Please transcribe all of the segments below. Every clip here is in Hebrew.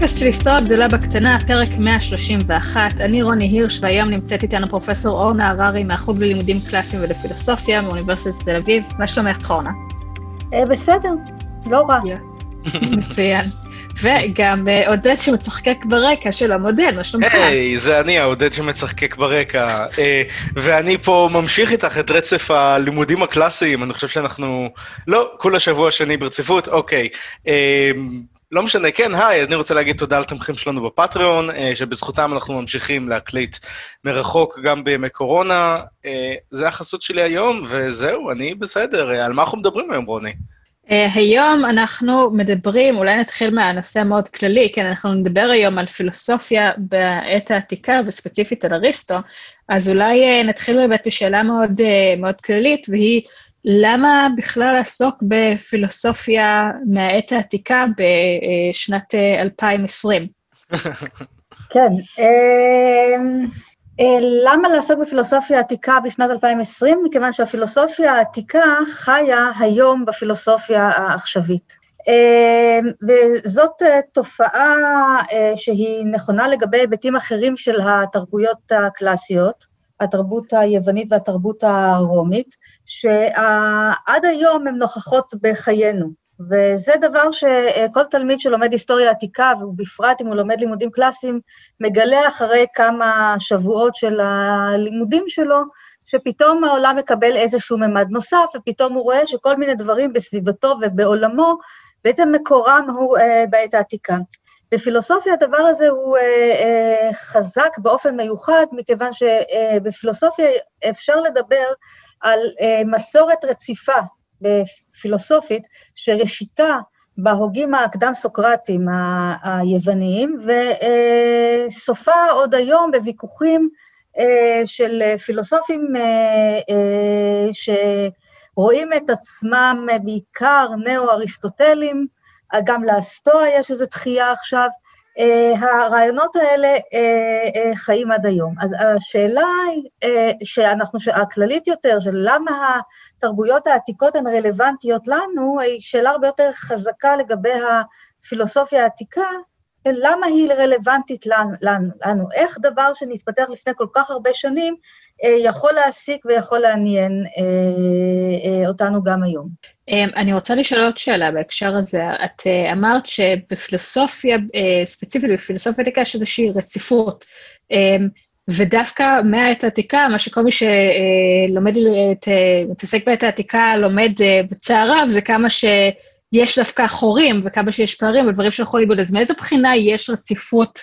הפודקאסט של היסטוריה גדולה בקטנה, פרק 131. אני רוני הירש, והיום נמצאת איתנו פרופסור אורנה הררי מהחוג ללימודים קלאסיים ולפילוסופיה מאוניברסיטת תל אביב. מה שלומך, אורנה? בסדר, לא רע. מצוין. וגם עודד שמצחקק ברקע של המודל, מה שלומך? היי, זה אני, העודד שמצחקק ברקע. ואני פה ממשיך איתך את רצף הלימודים הקלאסיים. אני חושב שאנחנו, לא, כל השבוע השני ברציפות, אוקיי. לא משנה, כן, היי, אני רוצה להגיד תודה לתומכים שלנו בפטריון, שבזכותם אנחנו ממשיכים להקליט מרחוק גם בימי קורונה. זה החסות שלי היום, וזהו, אני בסדר. על מה אנחנו מדברים היום, רוני? היום אנחנו מדברים, אולי נתחיל מהנושא המאוד כללי, כן, אנחנו נדבר היום על פילוסופיה בעת העתיקה, וספציפית על אריסטו, אז אולי נתחיל באמת בשאלה מאוד, מאוד כללית, והיא למה בכלל לעסוק בפילוסופיה מהעת העתיקה בשנת 2020? כן, למה לעסוק בפילוסופיה העתיקה בשנת 2020? מכיוון שהפילוסופיה העתיקה חיה היום בפילוסופיה העכשווית. וזאת תופעה שהיא נכונה לגבי היבטים אחרים של התרבויות הקלאסיות, התרבות היוונית והתרבות הרומית, שעד היום הן נוכחות בחיינו. וזה דבר שכל תלמיד שלומד היסטוריה עתיקה, ובפרט אם הוא לומד לימודים קלאסיים, מגלה אחרי כמה שבועות של הלימודים שלו, שפתאום העולם מקבל איזשהו ממד נוסף, ופתאום הוא רואה שכל מיני דברים בסביבתו ובעולמו, בעצם מקורם הוא בעת העתיקה. בפילוסופיה הדבר הזה הוא חזק באופן מיוחד, מכיוון שבפילוסופיה אפשר לדבר על מסורת רציפה, בפילוסופית, שראשיתה בהוגים הקדם-סוקרטיים היווניים, וסופה עוד היום בוויכוחים של פילוסופים שרואים את עצמם בעיקר נאו-אריסטוטלים, גם לאסטואה יש איזו תחייה עכשיו, הרעיונות האלה חיים עד היום. אז השאלה הכללית יותר, של למה התרבויות העתיקות הן רלוונטיות לנו, היא שאלה הרבה יותר חזקה לגבי הפילוסופיה העתיקה, למה היא רלוונטית לנו? איך דבר שנתפתח לפני כל כך הרבה שנים, יכול להעסיק ויכול לעניין אותנו גם היום. אני רוצה לשאול עוד שאלה בהקשר הזה. את אמרת שבפילוסופיה, ספציפית בפילוסופיה עתיקה, יש איזושהי רציפות, ודווקא מהעת העתיקה, מה שכל מי שלומד, מתעסק בעת העתיקה, לומד בצעריו, זה כמה שיש דווקא חורים, וכמה שיש פערים, ודברים שיכול לאיבוד. אז מאיזו בחינה יש רציפות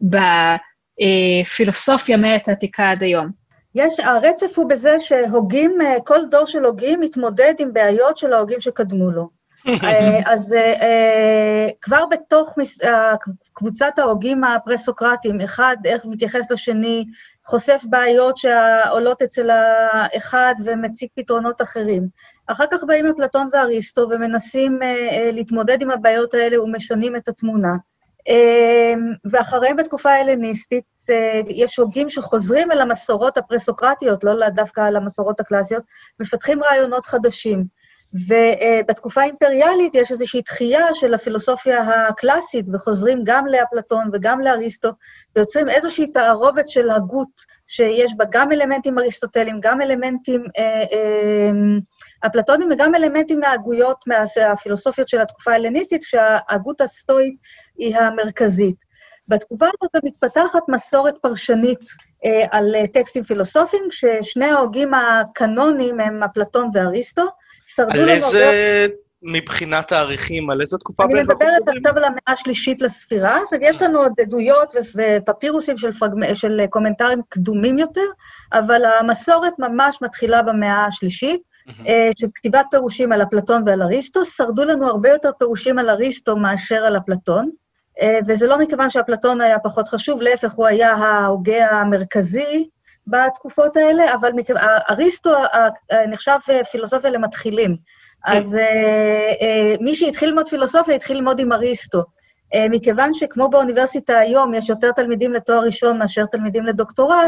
בפילוסופיה מהעת העתיקה עד היום? הרצף הוא בזה שהוגים, כל דור של הוגים מתמודד עם בעיות של ההוגים שקדמו לו. אז כבר בתוך קבוצת ההוגים הפרסוקרטיים, אחד איך מתייחס לשני, חושף בעיות שעולות אצל האחד ומציג פתרונות אחרים. אחר כך באים אפלטון ואריסטו ומנסים להתמודד עם הבעיות האלה ומשנים את התמונה. ואחריהם בתקופה ההלניסטית, יש הוגים שחוזרים אל המסורות הפרסוקרטיות, לא דווקא על המסורות הקלאסיות, מפתחים רעיונות חדשים. ובתקופה האימפריאלית יש איזושהי תחייה של הפילוסופיה הקלאסית, וחוזרים גם לאפלטון וגם לאריסטו, ויוצרים איזושהי תערובת של הגות, שיש בה גם אלמנטים אריסטוטליים, גם אלמנטים אפלטונים, וגם אלמנטים מההגויות, מהפילוסופיות של התקופה ההלניסטית, שההגות הסטואית היא המרכזית. בתקופה הזאת מתפתחת מסורת פרשנית על טקסטים פילוסופיים, ששני ההוגים הקנונים הם אפלטון ואריסטו, על איזה, מבחינת העריכים, על איזה תקופה? אני מדברת עכשיו על המאה השלישית לספירה, זאת אומרת, יש לנו עוד עדויות ופפירוסים של קומנטרים קדומים יותר, אבל המסורת ממש מתחילה במאה השלישית, של כתיבת פירושים על אפלטון ועל אריסטו, שרדו לנו הרבה יותר פירושים על אריסטו מאשר על אפלטון, וזה לא מכיוון שאפלטון היה פחות חשוב, להפך הוא היה ההוגה המרכזי בתקופות האלה, אבל אריסטו נחשב פילוסופיה למתחילים, אז מי שהתחיל ללמוד פילוסופיה התחיל ללמוד עם אריסטו, מכיוון שכמו באוניברסיטה היום יש יותר תלמידים לתואר ראשון מאשר תלמידים לדוקטורט,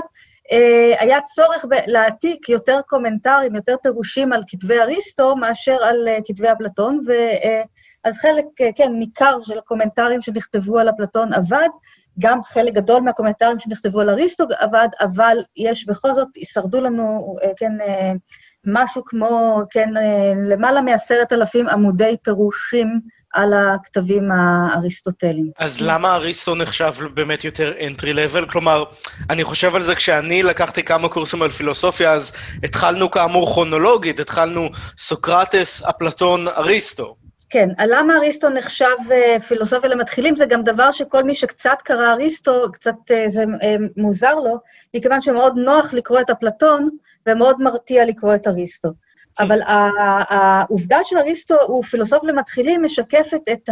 היה צורך להעתיק יותר קומנטרים, יותר פירושים על כתבי אריסטו, מאשר על כתבי אפלטון, אז חלק, כן, ניכר של הקומנטרים שנכתבו על אפלטון עבד, גם חלק גדול מהקומנטרים שנכתבו על אריסטו עבד, אבל יש בכל זאת, ישרדו לנו, כן, משהו כמו, כן, למעלה מ10,000 עמודי פירושים על הכתבים האריסטוטליים. אז למה אריסטו נחשב באמת יותר entry level? כלומר, אני חושב על זה כשאני לקחתי כמה קורסים על פילוסופיה, אז התחלנו כאמור כרונולוגית, התחלנו סוקרטס, אפלטון, אריסטו. כן, למה אריסטו נחשב פילוסופיה למתחילים? זה גם דבר שכל מי שקצת קרא אריסטו, קצת זה מוזר לו, מכיוון שמאוד נוח לקרוא את אפלטון, ומאוד מרתיע לקרוא את אריסטו. אבל העובדה של אריסטו הוא פילוסוף למתחילים, משקפת את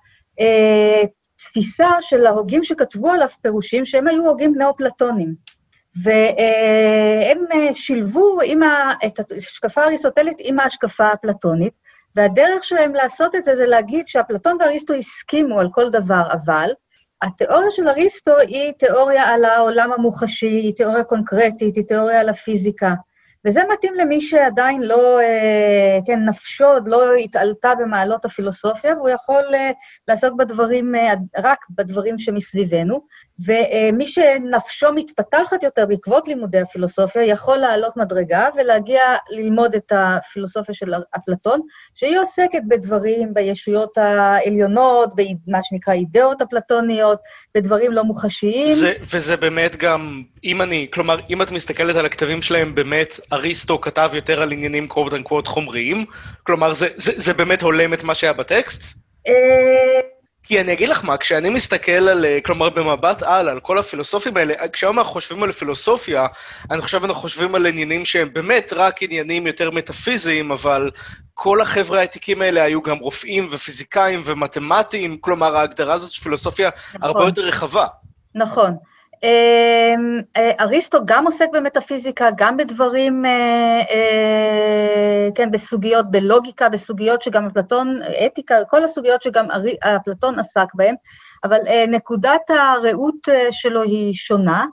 התפיסה של ההוגים שכתבו עליו פירושים, שהם היו הוגים נאו-פלטונים. והם שילבו את ההשקפה האריסטוטלית עם ההשקפה הפלטונית, והדרך שלהם לעשות את זה, זה להגיד שאפלטון ואריסטו הסכימו על כל דבר, אבל התיאוריה של אריסטו היא תיאוריה על העולם המוחשי, היא תיאוריה קונקרטית, היא תיאוריה על הפיזיקה, וזה מתאים למי שעדיין לא, כן, נפשו עוד לא התעלתה במעלות הפילוסופיה, והוא יכול לעסוק בדברים, רק בדברים שמסביבנו, ומי שנפשו מתפתחת יותר בעקבות לימודי הפילוסופיה, יכול לעלות מדרגה ולהגיע ללמוד את הפילוסופיה של אפלטון, שהיא עוסקת בדברים, בישויות העליונות, במה שנקרא אידאות אפלטוניות, בדברים לא מוחשיים. וזה באמת גם, כלומר, אם את מסתכלת על הכתבים שלהם, באמת אריסטו כתב יותר על עניינים קוואט אנקוואט חומריים? כלומר, זה באמת הולם את מה שהיה בטקסט? כי אני אגיד לך מה, כשאני מסתכל על, כלומר במבט על כל הפילוסופים האלה, כשאנחנו חושבים על פילוסופיה, אני חושב אנחנו חושבים על עניינים שהם באמת רק עניינים יותר מטאפיזיים, אבל כל החבר'ה העתיקים האלה היו גם רופאים ופיזיקאים ומתמטיים, כלומר ההגדרה הזאת של פילוסופיה הרבה יותר רחבה. נכון. אריסטו גם עוסק במטאפיזיקה, גם בדברים, כן, בסוגיות, בלוגיקה, בסוגיות שגם אפלטון, אתיקה, כל הסוגיות שגם אפלטון עסק בהן, אבל נקודת הראות שלו היא שונה,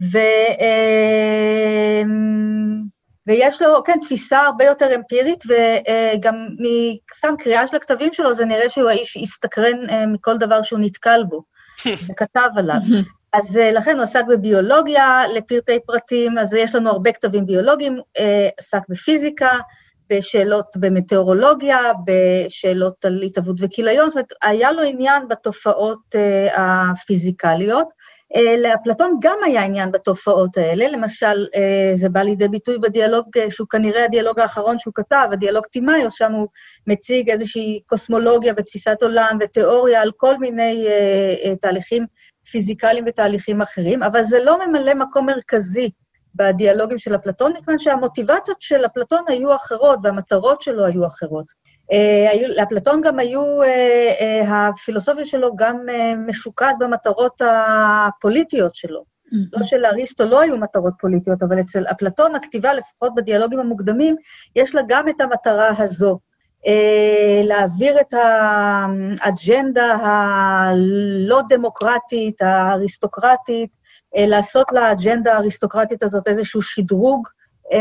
ויש לו, כן, תפיסה הרבה יותר אמפירית, וגם מסתם קריאה של הכתבים שלו, זה נראה שהוא האיש הסתקרן מכל דבר שהוא נתקל בו, וכתב עליו. אז לכן הוא עסק בביולוגיה, לפרטי פרטים, אז יש לנו הרבה כתבים ביולוגיים, עסק בפיזיקה, בשאלות במטאורולוגיה, בשאלות על התהוות וכיליון, זאת אומרת, היה לו עניין בתופעות הפיזיקליות, לאפלטון גם היה עניין בתופעות האלה, למשל, זה בא לידי ביטוי בדיאלוג, שהוא כנראה הדיאלוג האחרון שהוא כתב, הדיאלוג תימאיוס, שם הוא מציג איזושהי קוסמולוגיה ותפיסת עולם ותיאוריה על כל מיני תהליכים פיזיקליים ותהליכים אחרים, אבל זה לא ממלא מקום מרכזי בדיאלוגים של אפלטון, מכיוון שהמוטיבציות של אפלטון היו אחרות, והמטרות שלו היו אחרות. לאפלטון גם היו, הפילוסופיה שלו גם משוקעת במטרות הפוליטיות שלו. לא של אריסטו לא היו מטרות פוליטיות, אבל אצל אפלטון הכתיבה, לפחות בדיאלוגים המוקדמים, יש לה גם את המטרה הזו. להעביר את האג'נדה הלא דמוקרטית, האריסטוקרטית, לעשות לאג'נדה האריסטוקרטית הזאת איזשהו שדרוג.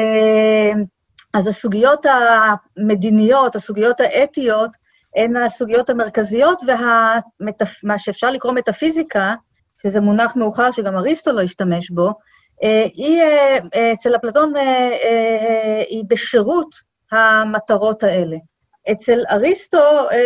אז הסוגיות המדיניות, הסוגיות האתיות, הן הסוגיות המרכזיות, ומה שאפשר לקרוא מטאפיזיקה, שזה מונח מאוחר שגם אריסטו לא השתמש בו, היא אצל אפלטון היא בשירות המטרות האלה. אצל אריסטו,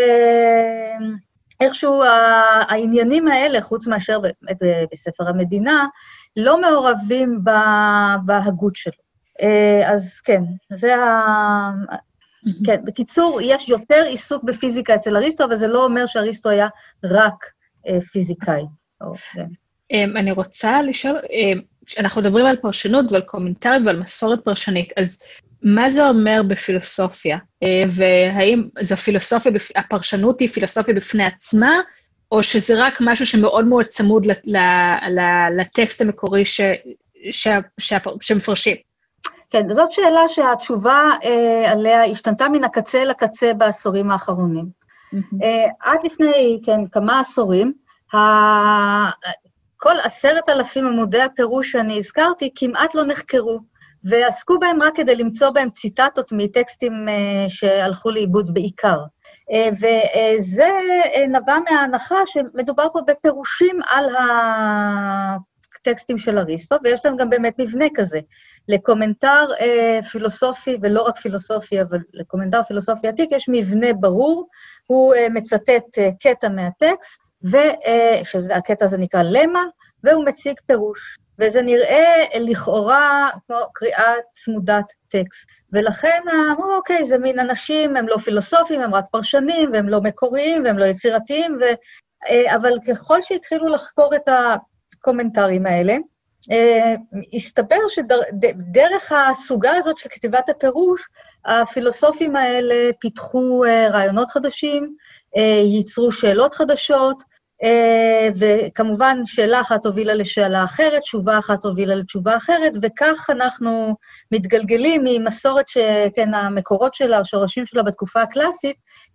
איכשהו העניינים האלה, חוץ מאשר בספר המדינה, לא מעורבים בהגות שלו. אז כן, זה כן, בקיצור, יש יותר עיסוק בפיזיקה אצל אריסטו, אבל זה לא אומר שאריסטו היה רק פיזיקאי. אני רוצה לשאול, אנחנו מדברים על פרשנות ועל קומנטרים ועל מסורת פרשנית, אז מה זה אומר בפילוסופיה? והאם זו פילוסופיה, הפרשנות היא פילוסופיה בפני עצמה, או שזה רק משהו שמאוד מאוד צמוד לטקסט המקורי שמפרשים? כן, זאת שאלה שהתשובה עליה השתנתה מן הקצה לקצה בעשורים האחרונים. עד לפני, כן, כמה עשורים, כל 10,000 עמודי הפירוש שאני הזכרתי כמעט לא נחקרו, ועסקו בהם רק כדי למצוא בהם ציטטות מטקסטים שהלכו לאיבוד בעיקר. וזה נבע מההנחה שמדובר פה בפירושים על הטקסטים של אריסטו, ויש להם גם באמת מבנה כזה, לקומנטר פילוסופי, ולא רק פילוסופי, אבל לקומנטר פילוסופי עתיק, יש מבנה ברור, הוא מצטט קטע מהטקסט, שהקטע הזה נקרא למה, והוא מציג פירוש. וזה נראה לכאורה כמו קריאה צמודת טקסט. ולכן אמרו, אוקיי, זה מין אנשים, הם לא פילוסופים, הם רק פרשנים, והם לא מקוריים, והם לא יצירתיים, אבל ככל שהתחילו לחקור את הקומנטרים האלה, הסתבר שדרך הסוגה הזאת של כתיבת הפירוש, הפילוסופים האלה פיתחו רעיונות חדשים, ייצרו שאלות חדשות, וכמובן שאלה אחת הובילה לשאלה אחרת, תשובה אחת הובילה לתשובה אחרת, וכך אנחנו מתגלגלים ממסורת שכן המקורות שלה, השורשים שלה בתקופה הקלאסית,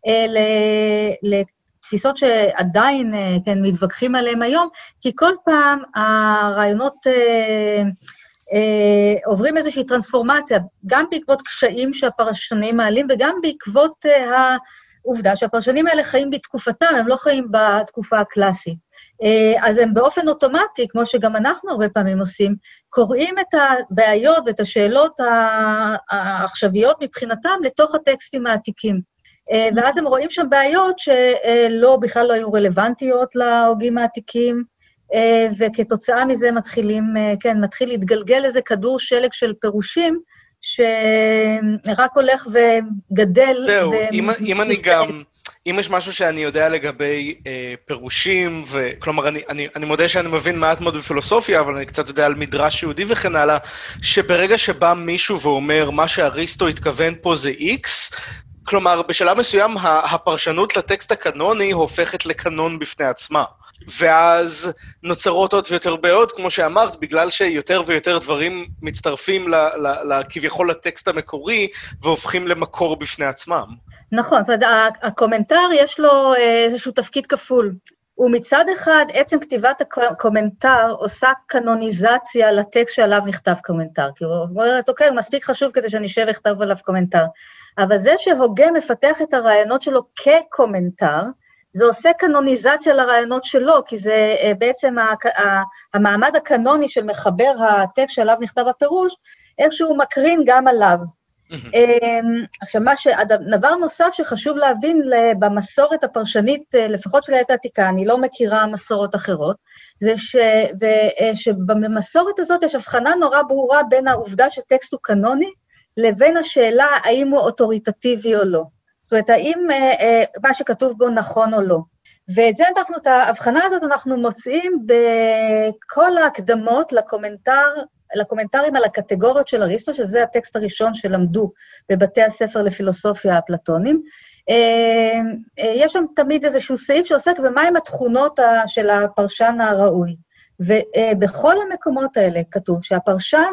לבסיסות שעדיין כן מתווכחים עליהם היום, כי כל פעם הרעיונות עוברים איזושהי טרנספורמציה, גם בעקבות קשיים שהפרשנים מעלים, וגם בעקבות העובדה שהפרשנים האלה חיים בתקופתם, הם לא חיים בתקופה הקלאסית. אז הם באופן אוטומטי, כמו שגם אנחנו הרבה פעמים עושים, קוראים את הבעיות ואת השאלות העכשוויות מבחינתם לתוך הטקסטים העתיקים. ואז הם רואים שם בעיות שלא, בכלל לא היו רלוונטיות להוגים העתיקים, וכתוצאה מזה מתחיל להתגלגל איזה כדור שלג של פירושים, שרק הולך וגדל. זהו, אם יש משהו שאני יודע לגבי פירושים, כלומר, אני מודה שאני מבין מעט מאוד בפילוסופיה, אבל אני קצת יודע על מדרש יהודי וכן הלאה, שברגע שבא מישהו ואומר, מה שאריסטו התכוון פה זה X, כלומר, בשלב מסוים, הפרשנות לטקסט הקנוני הופכת לקנון בפני עצמה. ואז נוצרות עוד ויותר בעיות, כמו שאמרת, בגלל שיותר ויותר דברים מצטרפים כביכול לטקסט המקורי, והופכים למקור בפני עצמם. נכון, זאת אומרת, הקומנטר יש לו איזשהו תפקיד כפול. ומצד אחד, עצם כתיבת הקומנטר עושה קנוניזציה לטקסט שעליו נכתב קומנטר. כי הוא אומרת, אוקיי, הוא מספיק חשוב כדי שאני אשב וכתב עליו קומנטר. אבל זה שהוגה מפתח את הרעיונות שלו כקומנטר, זה עושה קנוניזציה לרעיונות שלו, כי זה בעצם המעמד הקנוני של מחבר הטקסט שעליו נכתב הפירוש, איכשהו מקרין גם עליו. עכשיו, דבר נוסף שחשוב להבין במסורת הפרשנית, לפחות של העת העתיקה, אני לא מכירה מסורות אחרות, זה שבמסורת הזאת יש הבחנה נורא ברורה בין העובדה שטקסט הוא קנוני, לבין השאלה האם הוא אוטוריטטיבי או לא. זאת אומרת, האם מה שכתוב בו נכון או לא. את ההבחנה הזאת אנחנו מוצאים בכל ההקדמות לקומנטרים על הקטגוריות של אריסטו, שזה הטקסט הראשון שלמדו בבתי הספר לפילוסופיה הפלטונים. יש שם תמיד איזשהו סעיף שעוסק במהם התכונות של הפרשן הראוי. ובכל המקומות האלה כתוב שהפרשן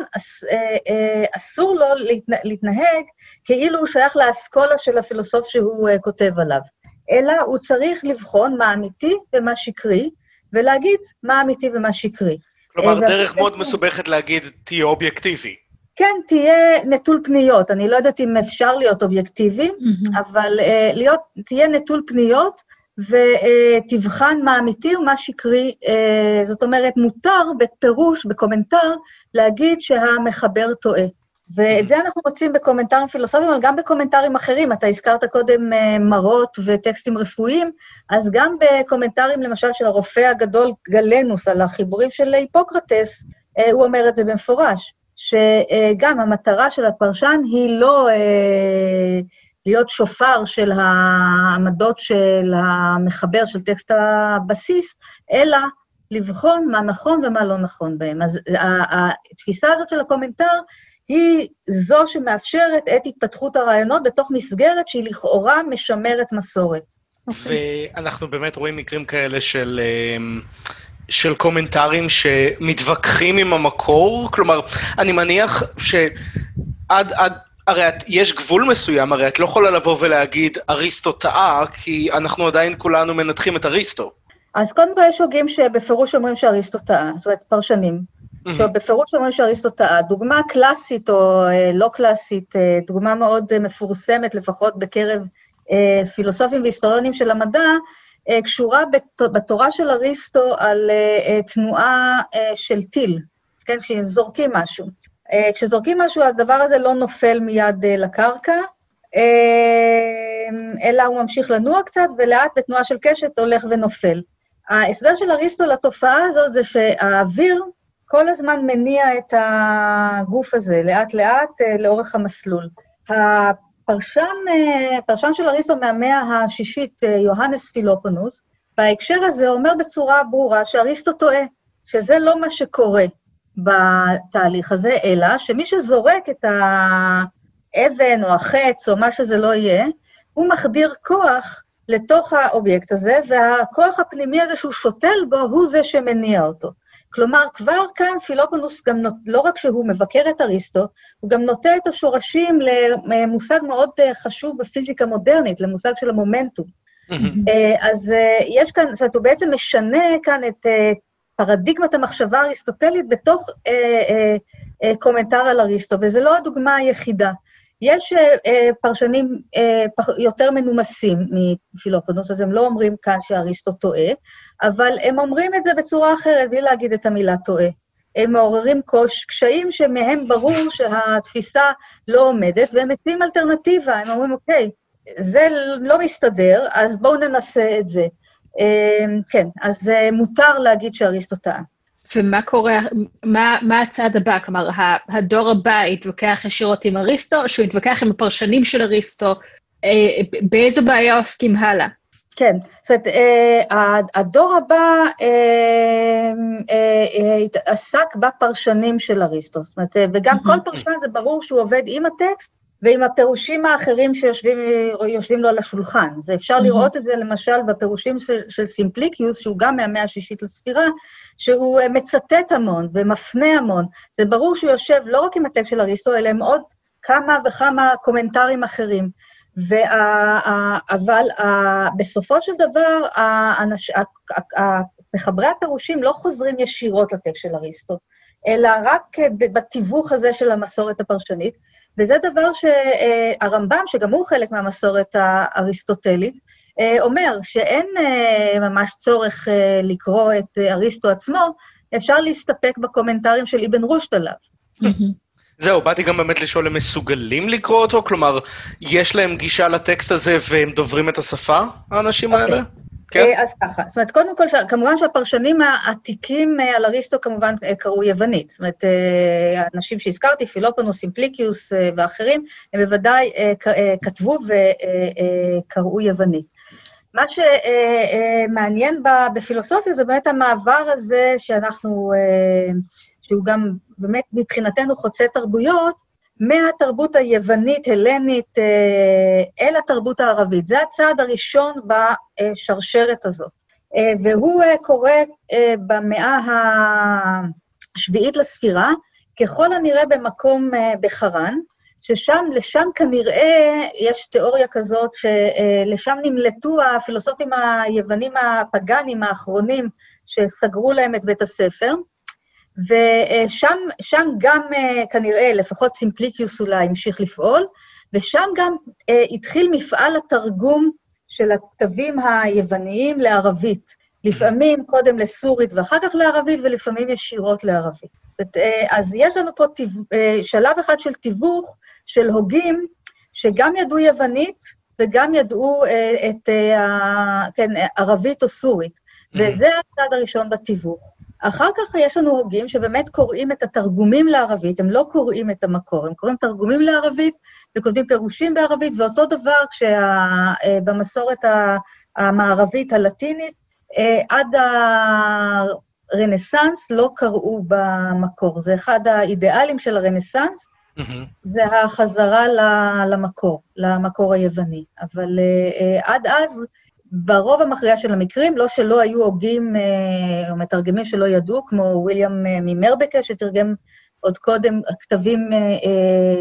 אסור לו להתנהג כאילו הוא שייך לאסכולה של הפילוסוף שהוא כותב עליו, אלא הוא צריך לבחון מה אמיתי ומה שקרי, ולהגיד מה אמיתי ומה שקרי. כלומר, דרך מאוד מסובכת להגיד, תהיה אובייקטיבי. כן, תהיה נטול פניות. אני לא יודעת אם אפשר להיות אובייקטיבי, אבל תהיה נטול פניות, ותבחן מה אמיתי ומה שקרי. זאת אומרת, מותר בפירוש, בקומנטר, להגיד שהמחבר טועה. ואת זה אנחנו מוצאים בקומנטרים פילוסופיים, אבל גם בקומנטרים אחרים. אתה הזכרת קודם מרות וטקסטים רפואיים, אז גם בקומנטרים, למשל, של הרופא הגדול גלנוס, על החיבורים של היפוקרטס, הוא אומר את זה במפורש, שגם המטרה של הפרשן היא לא להיות שופר של העמדות של המחבר של טקסט הבסיס, אלא לבחון מה נכון ומה לא נכון בהם. אז התפיסה הזאת של הקומנטר היא זו שמאפשרת את התפתחות הרעיונות בתוך מסגרת שהיא לכאורה משמרת מסורת. ואנחנו באמת רואים מקרים כאלה של קומנטרים שמתווכחים עם המקור, כלומר, אני מניח הרי יש גבול מסוים, הרי את לא יכולה לבוא ולהגיד אריסטו טעה, כי אנחנו עדיין כולנו מנתחים את אריסטו. אז קודם כל יש הוגים שבפירוש אומרים שאריסטו טעה, זאת אומרת פרשנים, שבפירוש אומרים שאריסטו טעה. דוגמה קלאסית או לא קלאסית, דוגמה מאוד מפורסמת, לפחות בקרב פילוסופים והיסטוריונים של המדע, קשורה בתורה של אריסטו על תנועה של טיל, כן, כשזורקים משהו. כשזורקים משהו, הדבר הזה לא נופל מיד לקרקע, אלא הוא ממשיך לנוע קצת, ולאט בתנועה של קשת הולך ונופל. ההסבר של אריסטו לתופעה הזאת זה שהאוויר כל הזמן מניע את הגוף הזה, לאט לאט לאורך המסלול. הפרשן של אריסטו מהמאה השישית, יוהנס פילופונוס, בהקשר הזה אומר בצורה ברורה שאריסטו טועה, שזה לא מה שקורה בתהליך הזה, אלא שמי שזורק את האבן או החץ או מה שזה לא יהיה, הוא מחדיר כוח לתוך האובייקט הזה, והכוח הפנימי הזה שהוא שותל בו, הוא זה שמניע אותו. כלומר, כבר כאן פילופונוס גם לא רק שהוא מבקר את אריסטו, הוא גם נוטה את השורשים למושג מאוד חשוב בפיזיקה מודרנית, למושג של המומנטום. אז יש כאן, זאת אומרת, הוא בעצם משנה כאן את פרדיגמת המחשבה האריסטוטלית בתוך קומנטר על אריסטו, וזו לא הדוגמה היחידה. יש פרשנים יותר מנומסים מפילופונוס, אז הם לא אומרים כאן שאריסטו טועה, אבל הם אומרים את זה בצורה אחרת, בלי להגיד את המילה טועה. הם מעוררים קשיים שמהם ברור שהתפיסה לא עומדת, והם מציעים אלטרנטיבה, הם אומרים, אוקיי, זה לא מסתדר, אז בואו ננסה את זה. כן, אז מותר להגיד שאריסטו טעה. ומה קורה, מה הצעד הבא? כלומר, הדור הבא יתווכח ישירות עם אריסטו, או שהוא יתווכח עם הפרשנים של אריסטו, באיזו בעיה עוסקים הלאה? כן, זאת אומרת, הדור הבא עסק בפרשנים של אריסטו, זאת אומרת, וגם כל פרשן זה ברור שהוא עובד עם הטקסט, ועם הפירושים האחרים שיושבים לו על השולחן. זה אפשר לראות את זה למשל בפירושים של סימפליקיוס, שהוא גם מהמאה השישית לספירה, שהוא מצטט המון ומפנה המון. זה ברור שהוא יושב לא רק עם הטקסט של אריסטו, אלא עם עוד כמה וכמה קומנטרים אחרים. אבל בסופו של דבר, מחברי הפירושים לא חוזרים ישירות לטקסט של אריסטו, אלא רק בתיווך הזה של המסורת הפרשנית, וזה דבר שהרמב"ם, שגם הוא חלק מהמסורת האריסטוטלית, אומר שאין ממש צורך לקרוא את אריסטו עצמו, אפשר להסתפק בקומנטרים של אבן רושד עליו. זהו, באתי גם באמת לשאול, הם מסוגלים לקרוא אותו? כלומר, יש להם גישה לטקסט הזה והם דוברים את השפה, האנשים האלה? כן? אז ככה, זאת אומרת, קודם כל, כמובן שהפרשנים העתיקים על אריסטו כמובן קראו יוונית. זאת אומרת, האנשים שהזכרתי, פילופונוס, סימפליקיוס ואחרים, הם בוודאי כתבו וקראו יוונית. מה שמעניין בפילוסופיה זה באמת המעבר הזה שהוא גם באמת מבחינתנו חוצה תרבויות, מהתרבות היוונית, הלנית, אל התרבות הערבית. זה הצעד הראשון בשרשרת הזאת. והוא קורה במאה השביעית לספירה, ככל הנראה במקום בחרן, לשם כנראה יש תיאוריה כזאת, שלשם נמלטו הפילוסופים היוונים הפגנים האחרונים, שסגרו להם את בית הספר, ושם גם כנראה, לפחות סימפליקיוס אולי המשיך לפעול, ושם גם התחיל מפעל התרגום של הכתבים היווניים לערבית, לפעמים קודם לסורית ואחר כך לערבית, ולפעמים ישירות לערבית. אז יש לנו פה שלב אחד של תיווך של הוגים, שגם ידעו יוונית, וגם ידעו את ערבית או סורית, וזה הצעד הראשון בתיווך. אחר כך יש לנו הוגים שבאמת קוראים את התרגומים לערבית, הם לא קוראים את המקור, הם קוראים תרגומים לערבית וכותבים פירושים בערבית, ואותו דבר במסורת המערבית הלטינית, עד הרנסנס לא קראו במקור. זה אחד האידיאלים של הרנסנס, זה החזרה למקור היווני. אבל עד אז, ברוב המכריע של המקרים, לא שלא היו הוגים או מתרגמים שלא ידעו, כמו וויליאם ממרבקה, שתרגם עוד קודם כתבים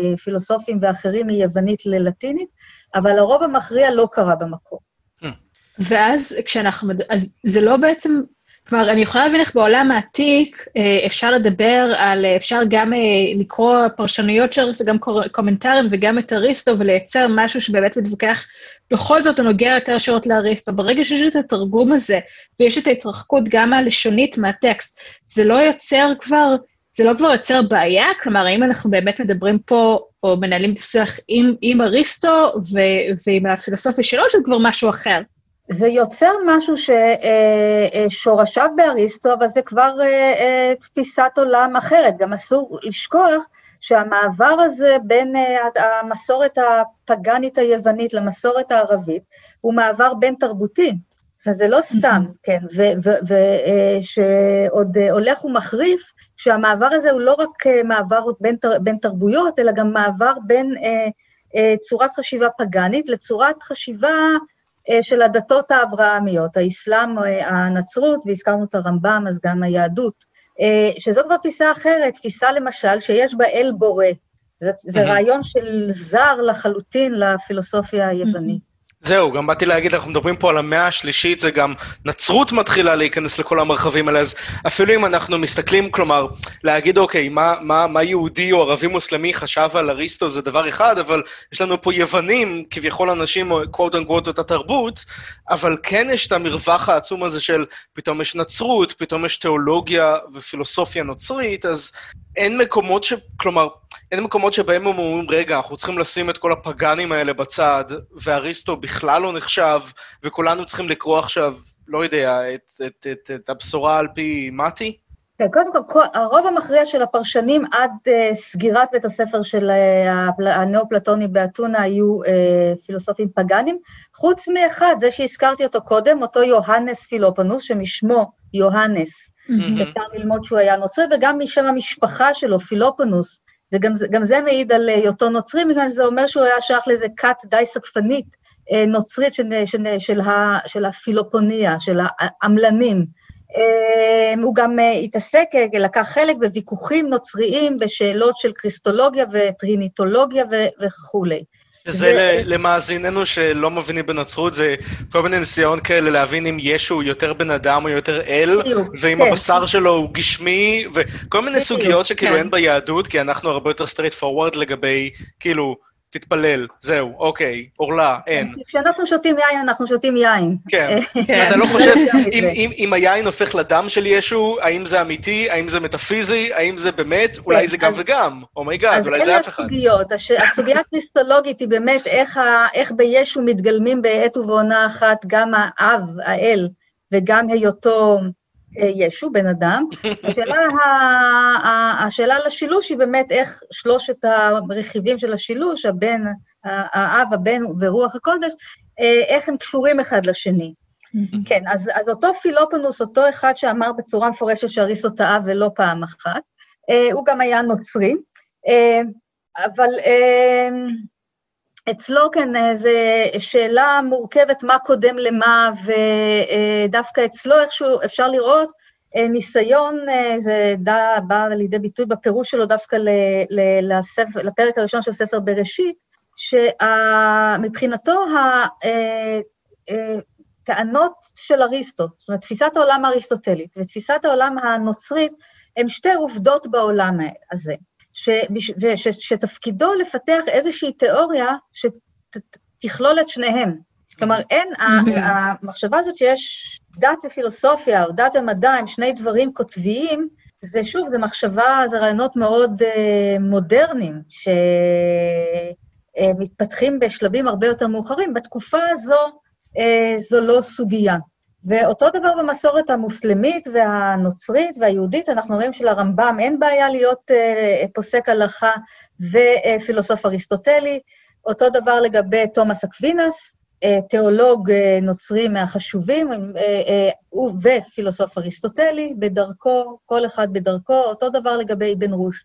פילוסופיים ואחרים מיוונית ללטינית, אבל הרוב המכריע לא קרא במקור. ואז אז זה לא בעצם, כלומר, אני יכולה להבין איך בעולם העתיק אפשר לדבר על, אפשר גם לקרוא פרשנויות של אריסטו, גם קומנטרים וגם את אריסטו, ולייצר משהו שבאמת מתווכח, בכל זאת הוא נוגע יותר שעות לאריסטו. ברגע שיש את התרגום הזה, ויש את ההתרחקות גם הלשונית מהטקסט, זה לא כבר יוצר בעיה, כלומר, האם אנחנו באמת מדברים פה, או מנהלים דו-שיח עם אריסטו, ועם הפילוסופיה שלו, זה כבר משהו אחר. זה יוצר משהו ששורשיו באריסטו, אבל זה כבר תפיסת עולם אחרת. גם אסור לשכוח שהמעבר הזה בין המסורת הפגנית היוונית למסורת הערבית, הוא מעבר בין תרבותי. זה לא סתם, כן, ושעוד הולך ומחריף, שהמעבר הזה הוא לא רק מעבר בין תרבויות, אלא גם מעבר בין צורת חשיבה פגנית לצורת חשיבה של הדתות האברהמיות, האסלאם, הנצרות, והזכרנו את הרמב"ם, אז גם היהדות, שזו כבר תפיסה אחרת, תפיסה למשל שיש בה אל בורא, זה רעיון של זר לחלוטין לפילוסופיה היוונית. זהו, גם באתי להגיד, אנחנו מדברים פה על המאה השלישית, זה גם נצרות מתחילה להיכנס לכל המרחבים האלה, אז אפילו אם אנחנו מסתכלים, כלומר, להגיד, אוקיי, מה יהודי או ערבי מוסלמי חשב על אריסטו זה דבר אחד, אבל יש לנו פה יוונים, כביכול אנשים, קוואט אנקוואט אותה תרבות, אבל כן יש את המרווח העצום הזה של פתאום יש נצרות, פתאום יש תיאולוגיה ופילוסופיה נוצרית, אז אין מקומות שבהם הם אומרים, רגע, אנחנו צריכים לשים את כל הפגנים האלה בצד, ואריסטו בכלל לא נחשב, וכולנו צריכים לקרוא עכשיו, לא יודע, את הבשורה על פי מתי? כן, קודם כל, הרוב המכריע של הפרשנים עד סגירת בית הספר של הנאו-פלטוני באתונה היו פילוסופים פגנים, חוץ מאחד, זה שהזכרתי אותו קודם, אותו יוהנס פילופונוס, שמשמו יוהנס, אפשר ללמוד שהוא היה נוצרי, וגם משם המשפחה שלו, פילופונוס, גם זה מעיד על היותו נוצרי, מכיוון שזה אומר שהוא היה שייך לאיזה כת די סקפנית נוצרית של הפילופוניה, של העמלנים. הוא גם התעסק, לקח חלק בוויכוחים נוצריים בשאלות של קריסטולוגיה וטריניטולוגיה וכו'. שזה למאזיננו שלא מבינים בנצרות, זה כל מיני ניסיון כאלה להבין אם ישו יותר בן אדם או יותר אל, ואם הבשר שלו הוא גשמי, וכל מיני סוגיות שכאילו אין ביהדות, כי אנחנו הרבה יותר straight forward לגבי, כאילו, תתפלל, זהו, אוקיי, אורלה, אין. כשאנחנו שותים יין, אנחנו שותים יין. כן, אתה לא חושב, אם היין הופך לדם של ישו, האם זה אמיתי, האם זה מטאפיזי, האם זה באמת, אולי זה גם וגם, אומייגאד, אולי זה אף אחד. אז אלה הסוגיות, הסוגיה הקריסטולוגית היא באמת איך בישו מתגלמים בעת ובעונה אחת גם האב, האל, וגם היותו ישו, בן אדם. השאלה על השילוש היא באמת איך שלושת הרכיבים של השילוש, הבן, האב, הבן ורוח הקודש, איך הם קשורים אחד לשני. כן, אז אותו פילופונוס, אותו אחד שאמר בצורה מפורשת שאריסטו טעה ולא פעם אחת, הוא גם היה נוצרי, אבל אצלו כן, זו שאלה מורכבת מה קודם למה, ודווקא אצלו איכשהו אפשר לראות ניסיון, זה בא לידי ביטוי בפירוש שלו דווקא לפרק הראשון של ספר בראשית, שמבחינתו הטענות של אריסטו, זאת אומרת, תפיסת העולם האריסטוטלית ותפיסת העולם הנוצרית, הם שתי עובדות בעולם הזה. שתפקידו לפתח איזושהי תיאוריה שתכלול את שניהם. כלומר, המחשבה הזאת שיש דת ופילוסופיה או דת ומדע הם שני דברים כותביים, זה שוב, זה מחשבה, זה רעיונות מאוד מודרניים, שמתפתחים בשלבים הרבה יותר מאוחרים. בתקופה הזו, זו לא סוגיה. ואותו דבר במסורת המוסלמית והנוצרית והיהודית, אנחנו רואים שלרמב"ם אין בעיה להיות פוסק הלכה ופילוסוף אריסטוטלי, אותו דבר לגבי תומאס אקווינס, תיאולוג נוצרי מהחשובים, ופילוסוף אריסטוטלי בדרכו, כל אחד בדרכו, אותו דבר לגבי אבן רושד.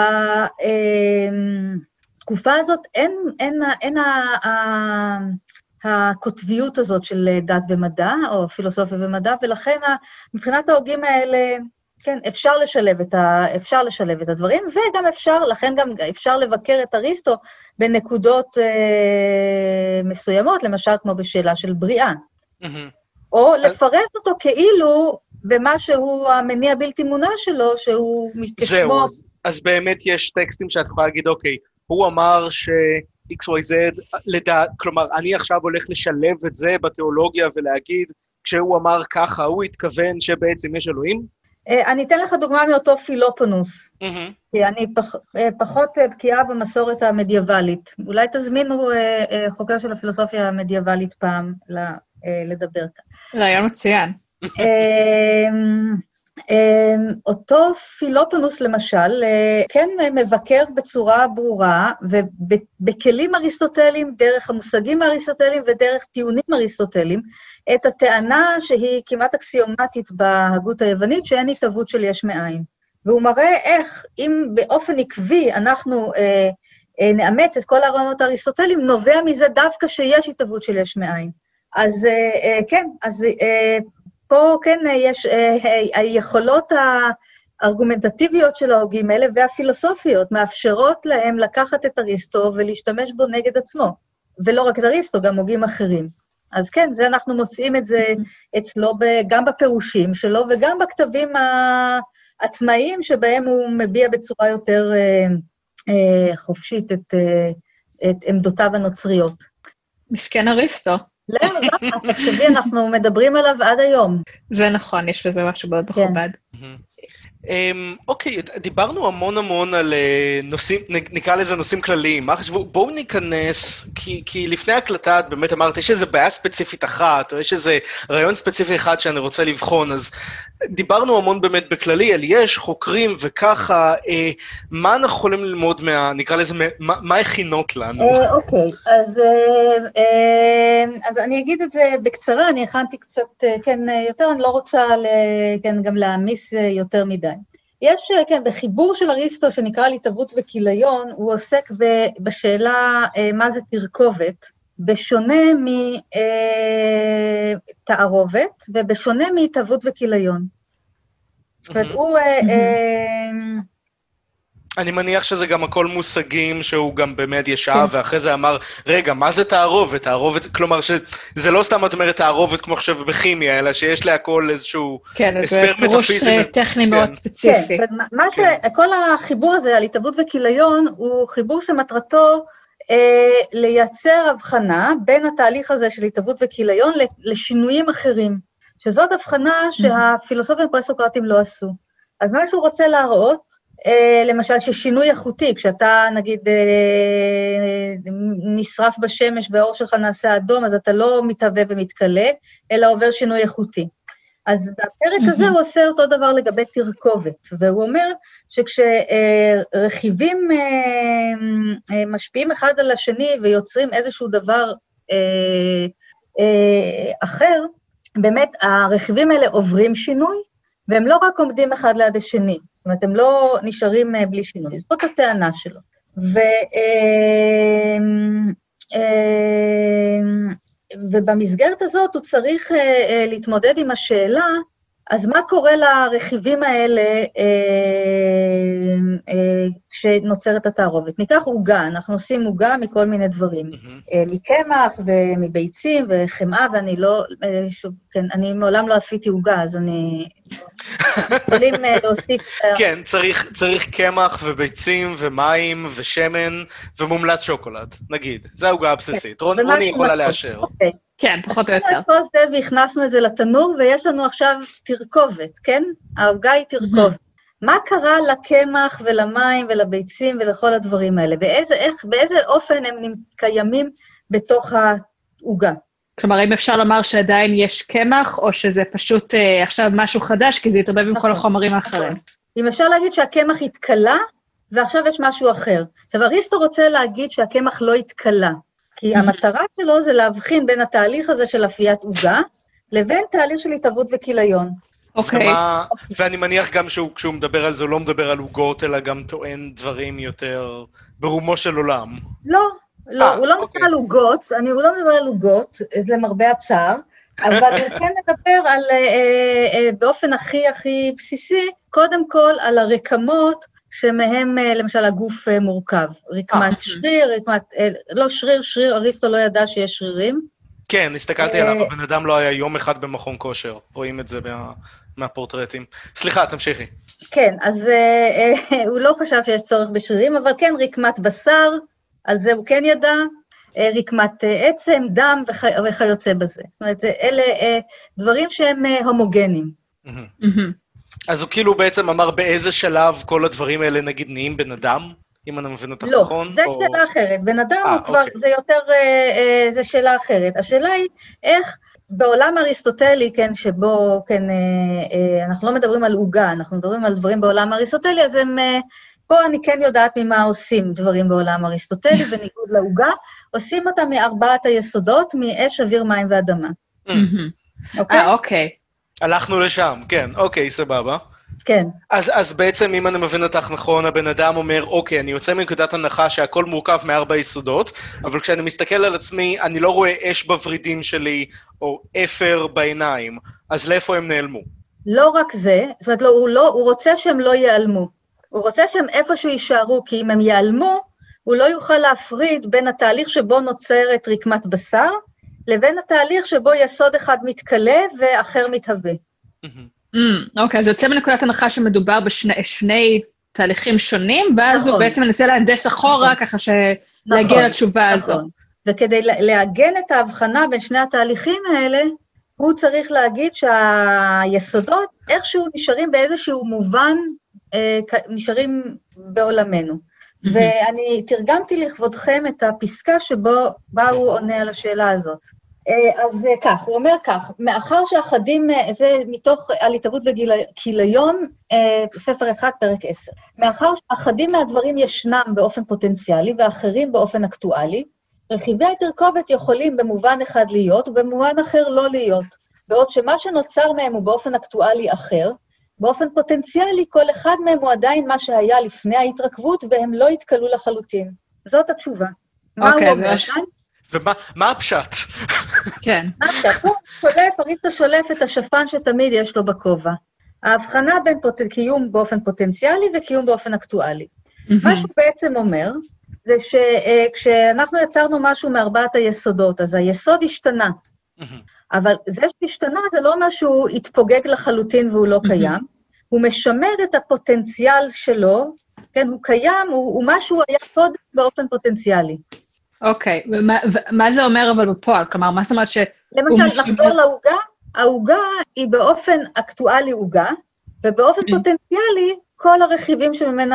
בתקופה הזאת אין הכותביות הזאת של דת ומדע, או פילוסופיה ומדע, ולכן מבחינת ההוגים האלה, כן, אפשר לשלב את הדברים, וגם לכן גם אפשר לבקר את אריסטו בנקודות מסוימות, למשל כמו בשאלה של בריאה. או לפרש אותו כאילו במה שהוא המניע בלתי מונע שלו, שהוא כשמו. אז באמת יש טקסטים שאת יכולה להגיד, אוקיי, הוא אמר ש-XYZ, כלומר, אני עכשיו הולך לשלב את זה בתיאולוגיה ולהגיד, כשהוא אמר ככה, הוא התכוון שבעצם יש אלוהים? אני אתן לך דוגמה מאותו פילופונוס, כי אני פחות בקיאה במסורת המדיאבלית. אולי תזמינו חוקר של הפילוסופיה המדיאבלית פעם לדבר כאן. רעיון מצוין. אותו פילופונוס למשל, כן מבקר בצורה ברורה, ובכלים אריסטוטליים, דרך המושגים האריסטוטליים ודרך טיעונים אריסטוטליים, את הטענה שהיא כמעט אקסיומטית בהגות היוונית, שאין התהוות של יש מאין. והוא מראה איך, אם באופן עקבי אנחנו נאמץ את כל הרעיונות האריסטוטליים, נובע מזה דווקא שיש התהוות של יש מאין. אז כן, אז פה כן יש היכולות הארגומנטטיביות של ההוגים האלה, והפילוסופיות מאפשרות להם לקחת את אריסטו ולהשתמש בו נגד עצמו. ולא רק את אריסטו, גם הוגים אחרים. אז כן, זה אנחנו מוצאים את זה אצלו גם בפירושים שלו, וגם בכתבים העצמאיים שבהם הוא מביע בצורה יותר חופשית את עמדותיו הנוצריות. מסכן אריסטו. לא, תחשבי, אנחנו מדברים עליו עד היום. זה נכון, יש בזה משהו מאוד מכובד. אוקיי, דיברנו המון על נושאים, נקרא לזה נושאים כלליים. מה חשבו? בואו ניכנס, כי לפני הקלטה את באמת אמרת, יש איזו בעיה ספציפית אחת, או יש איזה רעיון ספציפי אחד שאני רוצה לבחון, אז דיברנו המון באמת בכללי, על יש חוקרים וככה, מה אנחנו יכולים ללמוד נקרא לזה, מה הכינות לנו? אוקיי, אז אני אגיד את זה בקצרה, אני הכנתי קצת, כן, יותר, אני לא רוצה גם להעמיס יותר מדי. יש, כן, בחיבור של אריסטו שנקרא התהוות וכיליון, הוא עוסק בשאלה מה זה תרכובת, בשונה מתערובת, ובשונה מהתהוות וכיליון. זאת אומרת, הוא... אני מניח שזה גם הכל מושגים שהוא גם באמת ישב, ואחרי זה אמר, רגע, מה זה תערובת? תערובת, כלומר שזה לא סתם את אומרת תערובת כמו עכשיו בכימיה, אלא שיש לה הכל איזשהו הסבר מטאפיזי. כן, פירוש טכני מאוד ספציפי. כן, כל החיבור הזה על התהוות וכיליון, הוא חיבור שמטרתו לייצר הבחנה בין התהליך הזה של התהוות וכיליון לשינויים אחרים, שזאת הבחנה שהפילוסופים הפרה-סוקרטים לא עשו. אז מה שהוא רוצה להראות, למשל ששינוי איכותי, כשאתה נגיד נשרף בשמש והאור שלך נעשה אדום, אז אתה לא מתהווה ומתקלה, אלא עובר שינוי איכותי. אז בפרק הזה הוא עושה אותו דבר לגבי תרכובת, והוא אומר שכשרכיבים משפיעים אחד על השני ויוצרים איזשהו דבר אחר, באמת הרכיבים האלה עוברים שינוי, והם לא רק עומדים אחד ליד השני, זאת אומרת, הם לא נשארים בלי שינוי. זאת הטענה שלו. ובמסגרת הזאת הוא צריך להתמודד עם השאלה, אז מה קורה לרכיבים האלה כשנוצרת התערובת? ניקח עוגה, אנחנו עושים עוגה מכל מיני דברים, מקמח ומביצים וחמאה, ואני לא, כן, אני מעולם לא עשיתי עוגה, אז אני יכולים להוסיף... כן, צריך קמח וביצים ומים ושמן ומומלץ שוקולד, נגיד, זה העוגה הבסיסית. רוני יכולה לאשר. כן, פחות או יותר. את כל זה והכנסנו את זה לתנור, ויש לנו עכשיו תרכובת, כן? העוגה היא תרכובת. מה קרה לקמח ולמים ולביצים ולכל הדברים האלה? באיזה אופן הם קיימים בתוך העוגה? כלומר, אם אפשר לומר שעדיין יש קמח, או שזה פשוט עכשיו משהו חדש, כי זה יתרבב עם כל החומרים האחרים. אם אפשר להגיד שהקמח התקלה, ועכשיו יש משהו אחר. עכשיו, אריסטו רוצה להגיד שהקמח לא התקלה. כי המטרה שלו זה להבחין בין התהליך הזה של אפיית עוגה, לבין תהליך של התהוות וכיליון. אוקיי. ואני מניח גם כשהוא מדבר על זה, הוא לא מדבר על עוגות, אלא גם טוען דברים יותר ברומו של עולם. לא, הוא לא מדבר על עוגות, הוא לא מדבר על עוגות, זה למרבה הצער, אבל הוא כן מדבר על, באופן הכי בסיסי, קודם כל על הרקמות, שמהם, למשל, הגוף מורכב. רקמת שריר, לא שריר, אריסטו לא ידע שיש שרירים. כן, הסתכלתי עליו, הבן אדם לא היה יום אחד במכון כושר, רואים את זה מהפורטרטים. סליחה, תמשיכי. כן, אז הוא לא חשב שיש צורך בשרירים, אבל כן, רקמת בשר, על זה הוא כן ידע, רקמת עצם, דם וכיוצא בזה. זאת אומרת, אלה דברים שהם הומוגנים. אז הוא כאילו בעצם אמר באיזה שלב כל הדברים האלה נגיד נהיים בן אדם, אם אני מבין אותך לא, נכון? לא, זה שאלה אחרת. בן אדם הוא כבר, אוקיי. זה יותר, זה שאלה אחרת. השאלה היא איך בעולם אריסטוטלי, כן, שבו, כן, אנחנו לא מדברים על עוגה, אנחנו מדברים על דברים בעולם אריסטוטלי, אז הם, פה אני כן יודעת ממה עושים דברים בעולם אריסטוטלי, בניגוד לעוגה, עושים אותם מארבעת היסודות, מאש, אוויר, מים ואדמה. אוקיי. הלכנו לשם, כן, אוקיי, סבבה. כן. אז בעצם, אם אני מבין אותך נכון, הבן אדם אומר, אוקיי, אני יוצא מנקודת הנחה שהכל מורכב מארבע יסודות, אבל כשאני מסתכל על עצמי, אני לא רואה אש בוורידים שלי, או אפר בעיניים, אז לאיפה הם נעלמו? לא רק זה, זאת אומרת, הוא רוצה שהם לא ייעלמו. הוא רוצה שהם איפשהו יישארו, כי אם הם ייעלמו, הוא לא יוכל להפריד בין התהליך שבו נוצרת רקמת בשר, לבין התהליך שבו יסוד אחד מתקלה ואחר מתהווה. אוקיי, אז יוצא מנקודת הנחה שמדובר בשני תהליכים שונים, ואז הוא בעצם מנסה להנדס אחורה, ככה להגיע לתשובה הזו. וכדי לעגן את ההבחנה בין שני התהליכים האלה, הוא צריך להגיד שהיסודות איכשהו נשארים באיזשהו מובן, נשארים בעולמנו. ואני תרגמתי לכבודכם את הפסקה שבה הוא עונה על השאלה הזאת. אז כך, הוא אומר כך, מאחר שאחדים, זה מתוך על התהוות וכיליון, ספר 1, פרק 10. מאחר שאחדים מהדברים ישנם באופן פוטנציאלי ואחרים באופן אקטואלי, רכיבי התרכובת יכולים במובן אחד להיות ובמובן אחר לא להיות, בעוד שמה שנוצר מהם הוא באופן אקטואלי אחר, באופן פוטנציאלי כל אחד מהם הוא עדיין מה שהיה לפני ההתרכבות והם לא התקלו לחלוטין. זאת התשובה. מה הוא אומר כאן? ומה הפשט? כן. מה הפשט? הוא שולף, אריסטו שולף את השפן שתמיד יש לו בכובע. ההבחנה בין קיום באופן פוטנציאלי וקיום באופן אקטואלי. מה שהוא בעצם אומר, זה שכשאנחנו יצרנו משהו מארבעת היסודות, אז היסוד השתנה. אבל זה שהשתנה זה לא אומר שהוא התפוגג לחלוטין והוא לא קיים, הוא משמר את הפוטנציאל שלו, כן, הוא קיים, הוא משהו היה קודם באופן פוטנציאלי. אוקיי, ומה זה אומר אבל בפועל? כלומר, מה זאת אומרת ש... למשל, לחזור לעוגה, העוגה היא באופן אקטואלי עוגה, ובאופן פוטנציאלי כל הרכיבים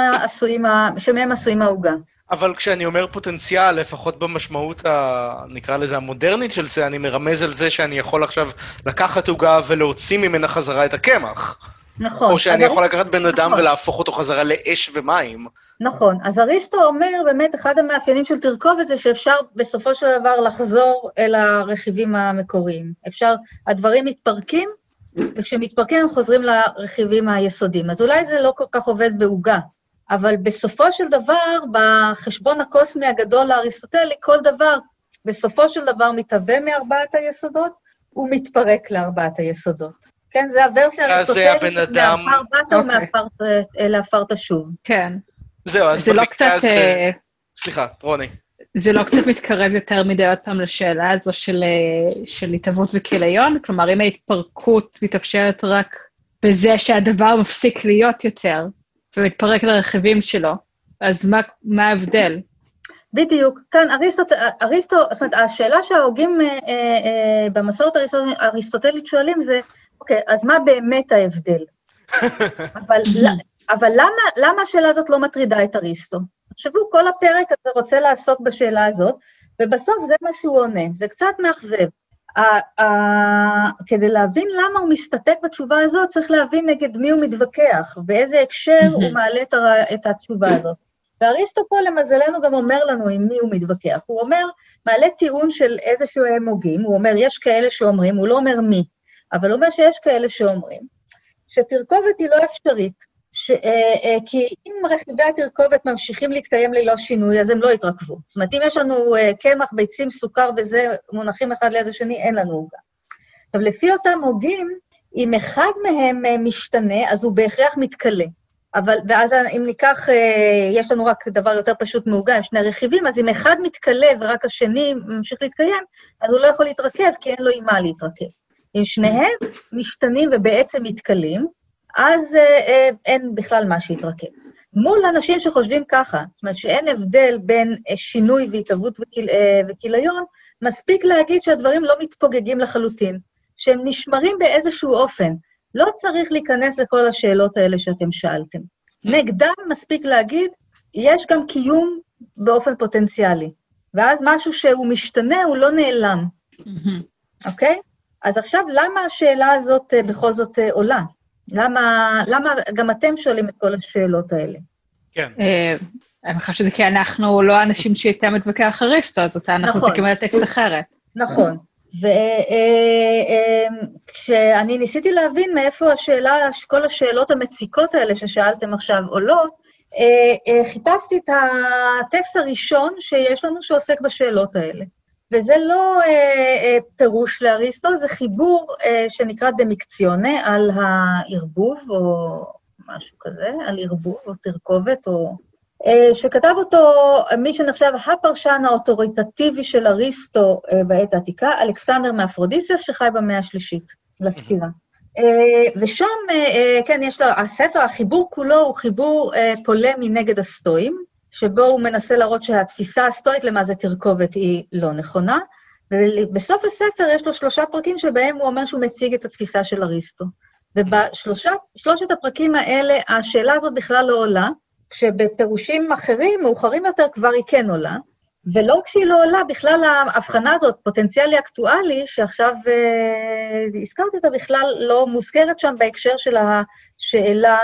שמהם עשויים העוגה. אבל כשאני אומר פוטנציאל, לפחות במשמעות, נקרא לזה המודרנית של זה, אני מרמז על זה שאני יכול עכשיו לקחת עוגה ולהוציא ממנה חזרה את הקמח. נכון. או שאני יכול לקחת בן אדם ולהפוך אותו חזרה לאש ומים. נכון. אז אריסטו אומר, באמת, אחד המאפיינים של תרכובת זה שאפשר בסופו של דבר לחזור אל הרכיבים המקוריים. הדברים מתפרקים, וכשמתפרקים הם חוזרים לרכיבים היסודיים. אז אולי זה לא כל כך עובד בעוגה. אבל בסופו של דבר, בחשבון הקוסמי הגדול האריסטוטלי, כל דבר בסופו של דבר מתהווה מארבעת היסודות, הוא מתפרק לארבעת היסודות. כן, זה הוורסיה האריסטוטלית שמאפר באת ולאפר תשוב. כן. זהו, אז במקרה הזה... סליחה, רוני. זה לא קצת מתקרב יותר מדי עוד פעם לשאלה הזו של התהוות וכיליון? כלומר, אם ההתפרקות מתאפשרת רק בזה שהדבר מפסיק להיות יותר, ומתפרק לרכיבים שלו, אז מה ההבדל? בדיוק. כאן, אריסטו, זאת אומרת, השאלה שההוגים במסורת האריסטוטלית שואלים זה, אוקיי, אז מה באמת ההבדל? אבל למה השאלה הזאת לא מטרידה את אריסטו? תחשבו, כל הפרק הזה רוצה לעסוק בשאלה הזאת, ובסוף זה מה שהוא עונה, זה קצת מאכזב. כדי להבין למה הוא מסתפק בתשובה הזאת, צריך להבין נגד מי הוא מתווכח, באיזה הקשר הוא מעלה את התשובה הזאת. ואריסטו פה למזלנו גם אומר לנו עם מי הוא מתווכח. הוא אומר, מעלה טיעון של איזשהו הוגים, הוא אומר, יש כאלה שאומרים, הוא לא אומר מי, אבל הוא אומר שיש כאלה שאומרים, שתרכובת היא לא אפשרית, כי אם רכיבי התרכובת ממשיכים להתקיים ללא שינוי, אז הם לא יתרכבו. זאת אומרת, אם יש לנו קמח, ביצים, סוכר וזה מונחים אחד ליד השני, אין לנו עוגה. עכשיו, לפי אותם הוגים, אם אחד מהם משתנה, אז הוא בהכרח מתקלה. ואז אם ניקח, יש לנו רק דבר יותר פשוט מעוגן, שני רכיבים, אז אם אחד מתקלה ורק השני ממשיך להתקיים, אז הוא לא יכול להתרכב, כי אין לו עם מה להתרכב. אם שניהם משתנים ובעצם מתקלים, אז אין בכלל מה שיתרכב. מול אנשים שחושבים ככה, זאת אומרת שאין הבדל בין שינוי והתהוות וכיליון, מספיק להגיד שהדברים לא מתפוגגים לחלוטין, שהם נשמרים באיזשהו אופן. לא צריך להיכנס לכל השאלות האלה שאתם שאלתם. נגדם מספיק להגיד, יש גם קיום באופן פוטנציאלי, ואז משהו שהוא משתנה הוא לא נעלם. אוקיי? אז עכשיו, למה השאלה הזאת בכל זאת עולה? למה גם אתם שואלים את כל השאלות האלה? כן. אני חושב שזה כי אנחנו לא האנשים שאיתם מתווכח אריסטו, אז אנחנו צריכים על הטקסט אחרת. נכון. וכשאני ניסיתי להבין מאיפה כל השאלות המציקות האלה ששאלתם עכשיו עולות, חיפשתי את הטקסט הראשון שיש לנו שעוסק בשאלות האלה. וזה לא פירוש לאריסטו, זה חיבור שנקרא דמיקציונה על הערבוב, או משהו כזה, על ערבוב או תרכובת, שכתב אותו מי שנחשב הפרשן האוטוריטטיבי של אריסטו בעת העתיקה, אלכסנדר מאפרודיסס, שחי במאה השלישית, לספירה. ושם, כן, יש לו, הספר, החיבור כולו הוא חיבור פולמי נגד הסטואים, שבו הוא מנסה להראות שהתפיסה הסטואית למה זה תרכובת היא לא נכונה, ובסוף הספר יש לו 3 פרקים שבהם הוא אומר שהוא מציג את התפיסה של אריסטו. ובשלושת הפרקים האלה, השאלה הזאת בכלל לא עולה, כשבפירושים אחרים, מאוחרים יותר, כבר היא כן עולה, ולא כשהיא לא עולה, בכלל ההבחנה הזאת, פוטנציאלי אקטואלי, שעכשיו הזכרתי אותה, בכלל לא מוזכרת שם בהקשר של השאלה,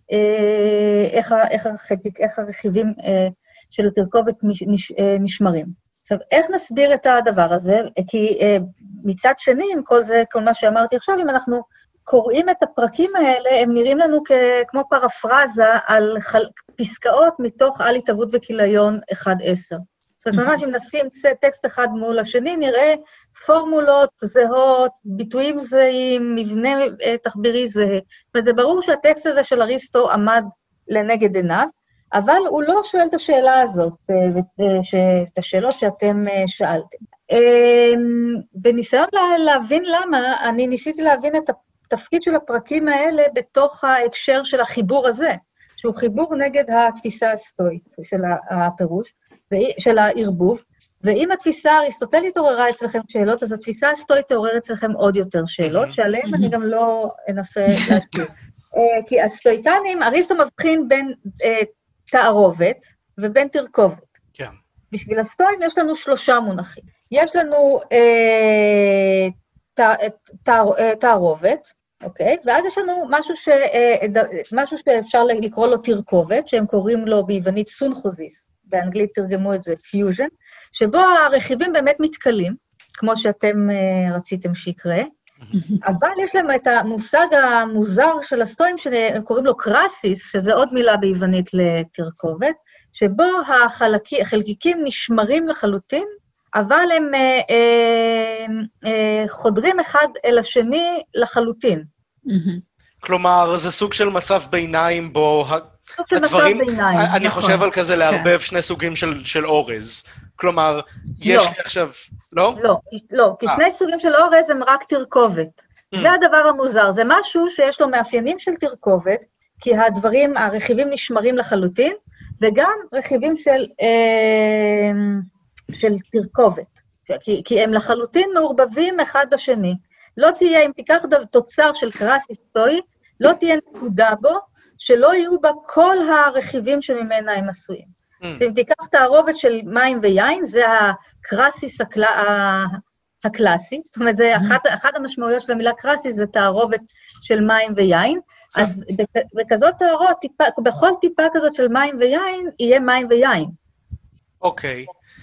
איך הרכיבים של התרכובת נשמרים. עכשיו, איך נסביר את הדבר הזה? כי מצד שני, עם כל מה שאמרתי עכשיו, אם אנחנו קוראים את הפרקים האלה, הם נראים לנו כמו פרפרזה על פסקאות מתוך על התהוות וכיליון 1-10. זאת אומרת, ממש אם נשים טקסט אחד מול השני, נראה פורמולות זהות, ביטויים זהים, מבנה תחבירי זהה. וזה ברור שהטקסט הזה של אריסטו עמד לנגד עיניו, אבל הוא לא שואל את השאלה הזאת, את השאלות שאתם שאלתם. בניסיון להבין למה, אני ניסיתי להבין את התפקיד של הפרקים האלה בתוך ההקשר של החיבור הזה, שהוא חיבור נגד התפיסה הסטואית של הפירוש, של הערבוב, ואם התפיסה האריסטוטלית עוררה אצלכם שאלות, אז התפיסה הסטואית תעורר אצלכם עוד יותר שאלות, שעליהן אני גם לא אנסה להשאיר. כי הסטואיקנים, אריסטו מבחין בין תערובת ובין תרכובת. כן. בשביל הסטואים יש לנו 3 מונחים. יש לנו תערובת, אוקיי? ואז יש לנו משהו שאפשר לקרוא לו תרכובת, שהם קוראים לו ביוונית סונחוזיס, באנגלית תרגמו את זה פיוז'ן, שבו הרכיבים באמת מתקלים, כמו שאתם רציתם שיקרה, אבל יש להם את המושג המוזר של הסטואים, שהם קוראים לו קרסיס, שזה עוד מילה ביוונית לתרכובת, שבו החלקיקים נשמרים לחלוטין, אבל הם חודרים אחד אל השני לחלוטין. כלומר, זה סוג של מצב ביניים בו הדברים... אני חושב על כזה לערבב 2 סוגים של אורז. כלומר, יש לי עכשיו... לא? לא, כי 2 סוגים של אורז הם רק תרכובת. זה הדבר המוזר, זה משהו שיש לו מאפיינים של תרכובת, כי הרכיבים נשמרים לחלוטין, וגם רכיבים של תרכובת, כי הם לחלוטין מעורבבים אחד בשני. לא תהיה, אם תיקח תוצר של קרסיס סטואי, לא תהיה נקודה בו, שלא יהיו בה כל הרכיבים שממנה הם עשויים. אם תיקח תערובת של מים ויין, זה הקרסיס הקלאסי, זאת אומרת, זה אחת המשמעויות של המילה קרסיס, זה תערובת של מים ויין, אז בכזאת תערובת, בכל טיפה כזאת של מים ויין, יהיה מים ויין. אוקיי.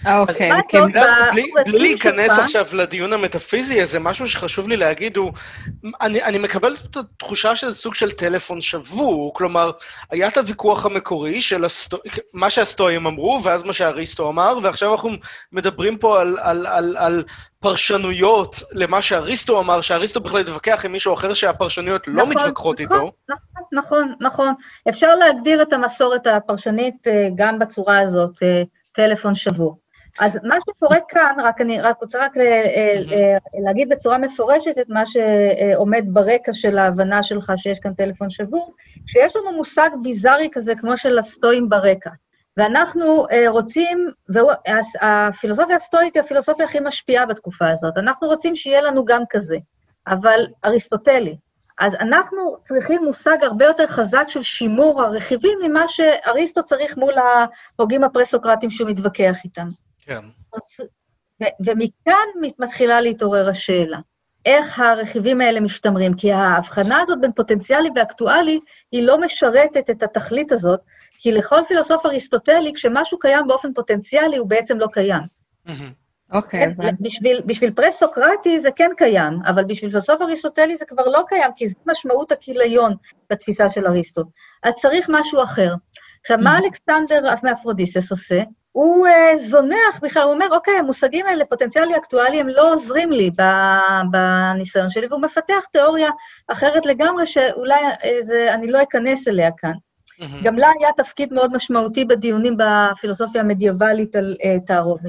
אוקיי, כן. בלי להיכנס עכשיו לדיון המטאפיזי, איזה משהו שחשוב לי להגיד הוא, אני מקבל את התחושה שזה סוג של טלפון שבור, כלומר, היה את הוויכוח המקורי של מה שהסטואים אמרו, ואז מה שהאריסטו אמר, ועכשיו אנחנו מדברים פה על פרשנויות למה שהאריסטו אמר, שהאריסטו בכלל יתווכח עם מישהו אחר שהפרשנויות לא מתווכחות איתו. נכון. אפשר להגדיר את המסורת הפרשנית גם בצורה הזאת, טלפון שבור. אז מה שקורה כאן, אני רוצה להגיד בצורה מפורשת את מה שעומד ברקע של ההבנה שלך שיש כאן טלפון שבור, שיש לנו מושג ביזארי כזה כמו של הסטואים ברקע. ואנחנו רוצים, והפילוסופיה הסטואית היא הפילוסופיה הכי משפיעה בתקופה הזאת, אנחנו רוצים שיהיה לנו גם כזה, אבל אריסטוטלי. אז אנחנו צריכים מושג הרבה יותר חזק של שימור הרכיבים ממה שאריסטו צריך מול ההוגים הפרסוקרטיים שהוא מתווכח איתם. כן. ומכאן מתחילה להתעורר השאלה, איך הרכיבים האלה משתמרים, כי ההבחנה הזאת בין פוטנציאלי ואקטואלי היא לא משרתת את התכלית הזאת, כי לכל פילוסוף אריסטוטלי, כשמשהו קיים באופן פוטנציאלי, הוא בעצם לא קיים. אוקיי. בשביל פרסוקרטי זה כן קיים, אבל בשביל פילוסוף אריסטוטלי זה כבר לא קיים, כי זה משמעות הכיליון בתפיסה של אריסטו. אז צריך משהו אחר. עכשיו, מה אלכסנדר מאפרודיסס עושה? הוא זונח בכלל, הוא אומר, אוקיי, המושגים האלה, פוטנציאלי אקטואלי, הם לא עוזרים לי בניסיון שלי, והוא מפתח תיאוריה אחרת לגמרי, שאולי אני לא אכנס אליה כאן. גם לה היה תפקיד מאוד משמעותי בדיונים בפילוסופיה המדיאבלית על תערובת.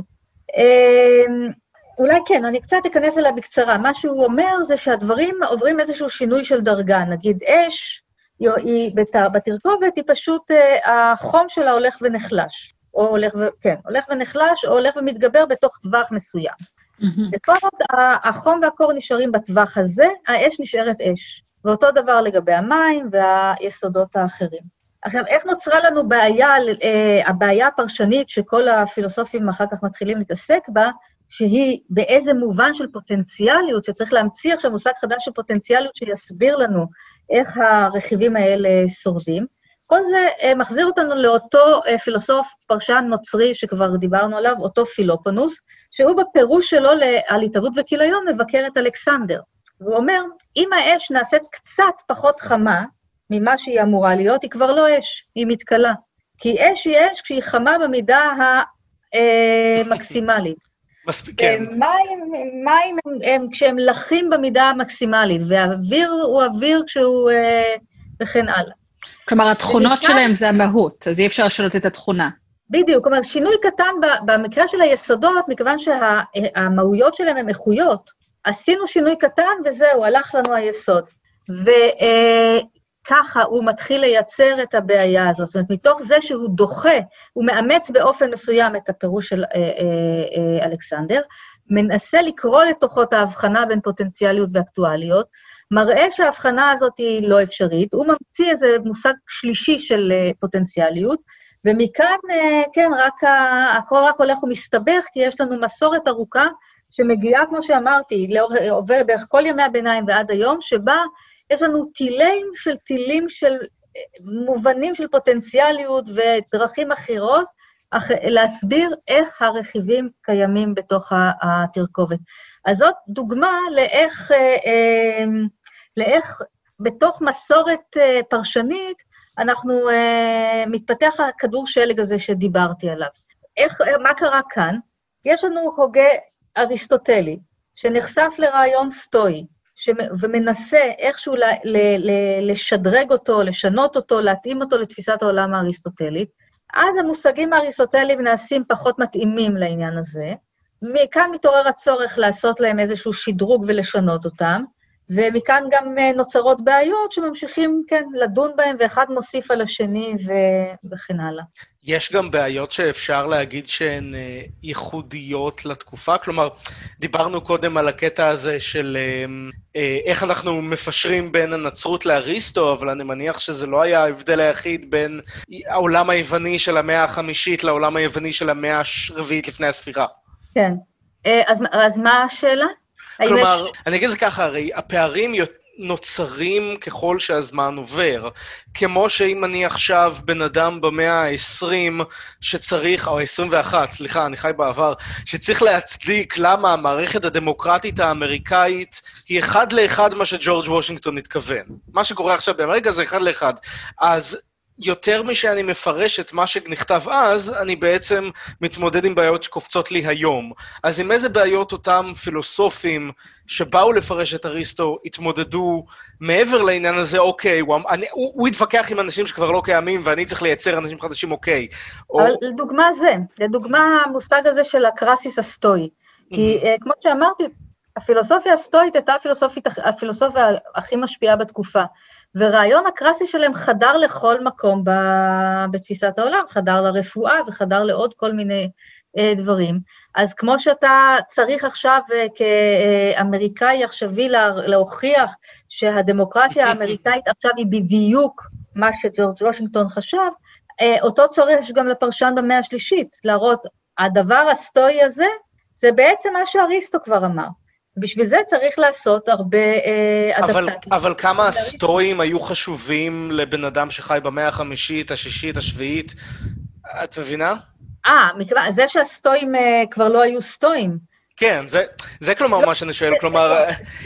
אולי כן, אני קצת אכנס אליה בקצרה. מה שהוא אומר זה שהדברים עוברים איזשהו שינוי של דרגה. נגיד אש, בתרכובת היא פשוט, החום שלה הולך ונחלש. הולך ונחלש, או הולך ומתגבר בתוך טווח מסוים. וכל עוד החום והקור נשארים בטווח הזה, האש נשארת אש. ואותו דבר לגבי המים והיסודות האחרים. עכשיו, איך נוצרה לנו הבעיה הפרשנית שכל הפילוסופים אחר כך מתחילים להתעסק בה, שהיא באיזה מובן של פוטנציאליות, שצריך להמציא עכשיו מושג חדש של פוטנציאליות שיסביר לנו איך הרכיבים האלה שורדים. כל זה מחזיר אותנו לאותו פילוסוף פרשן נוצרי שכבר דיברנו עליו, אותו פילופונוס, שהוא בפירוש שלו על התהוות וכיליון מבקר את אלכסנדר. והוא אומר, אם האש נעשית קצת פחות חמה, ממה שהיא אמורה להיות, היא כבר לא אש, היא מתקלה. כי אש היא אש כשהיא חמה במידה המקסימלית. מספיק, כן. מים הם כשהם לחים במידה המקסימלית, והאוויר הוא אוויר כשהוא וכן הלאה. כלומר, התכונות שלהם זה המהות, אז אי אפשר לשנות את התכונה. בדיוק, כלומר, שינוי קטן במקרה של היסודות, מכיוון שהמהויות שלהם הן איכויות, עשינו שינוי קטן וזהו, הלך לנו היסוד. ככה הוא מתחיל לייצר את הבעיה הזאת, זאת אומרת, מתוך זה שהוא דוחה, הוא מאמץ באופן מסוים את הפירוש של אלכסנדר, מנסה לקרוא לתוכו את ההבחנה בין פוטנציאליות ואקטואליות, מראה שההבחנה הזאת היא לא אפשרית, הוא ממציא איזה מושג שלישי של פוטנציאליות, ומכאן, כן, הכל רק הולך ומסתבך, כי יש לנו מסורת ארוכה, שמגיעה, כמו שאמרתי, עובר דרך כל ימי הביניים ועד היום, שבה יש לנו טילים של מובנים של פוטנציאליות ודרכים אחרות, להסביר איך הרכיבים קיימים בתוך התרכובת. אז זאת דוגמה לאיך בתוך מסורת פרשנית, אנחנו מתפתח הכדור שלג הזה שדיברתי עליו. מה קרה כאן? יש לנו הוגה אריסטוטלי, שנחשף לרעיון סטואי, ומנסה איכשהו לשדרג אותו, לשנות אותו, להתאים אותו לתפיסת העולם האריסטוטלית, אז המושגים האריסטוטליים נעשים פחות מתאימים לעניין הזה, מכאן מתעורר הצורך לעשות להם איזשהו שדרוג ולשנות אותם, ומכאן גם נוצרות בעיות שממשיכים, כן, לדון בהם, ואחד מוסיף על השני וכן הלאה. יש גם בעיות שאפשר להגיד שהן ייחודיות לתקופה? כלומר, דיברנו קודם על הקטע הזה של איך אנחנו מפשרים בין הנצרות לאריסטו, אבל אני מניח שזה לא היה ההבדל היחיד בין העולם היווני של המאה החמישית לעולם היווני של המאה הרביעית לפני הספירה. כן. אז מה השאלה? כלומר, אני אגיד זה ככה, הרי הפערים נוצרים ככל שהזמן עובר. כמו שאם אני עכשיו בן אדם במאה ה-20 שצריך, או ה-21, סליחה, אני חי בעבר, שצריך להצדיק למה המערכת הדמוקרטית האמריקאית היא אחד לאחד מה שג'ורג' וושינגטון התכוון. מה שקורה עכשיו באמריקה זה אחד לאחד. אז יותר משאני מפרש את מה שנכתב אז, אני בעצם מתמודד עם בעיות שקופצות לי היום. אז עם איזה בעיות אותם פילוסופים שבאו לפרש את אריסטו התמודדו מעבר לעניין הזה, אוקיי, הוא התווכח עם אנשים שכבר לא קיימים, ואני צריך לייצר אנשים חדשים, אוקיי. אבל לדוגמה המושג הזה של הקרסיס הסטואי. כי כמו שאמרתי, הפילוסופיה הסטואית הייתה הפילוסופיה הכי משפיעה בתקופה. ורעיון הקרסי שלהם חדר לכל מקום בתפיסת העולם, חדר לרפואה וחדר לעוד כל מיני דברים. אז כמו שאתה צריך עכשיו כאמריקאי עכשווי להוכיח שהדמוקרטיה האמריקאית עכשיו היא בדיוק מה שג'ורג' וושינגטון חשב, אותו צורך גם לפרשן במאה השלישית, להראות, הדבר הסטואי הזה, זה בעצם מה שאריסטו כבר אמר. בשביל זה צריך לעשות הרבה אדפטציה. אבל כמה הסטואים היו חשובים לבן אדם שחי במאה החמישית, השישית, השביעית? את מבינה? זה שהסטואים כבר לא היו סטואים. כן, זה כלומר מה שאני שואל, כלומר,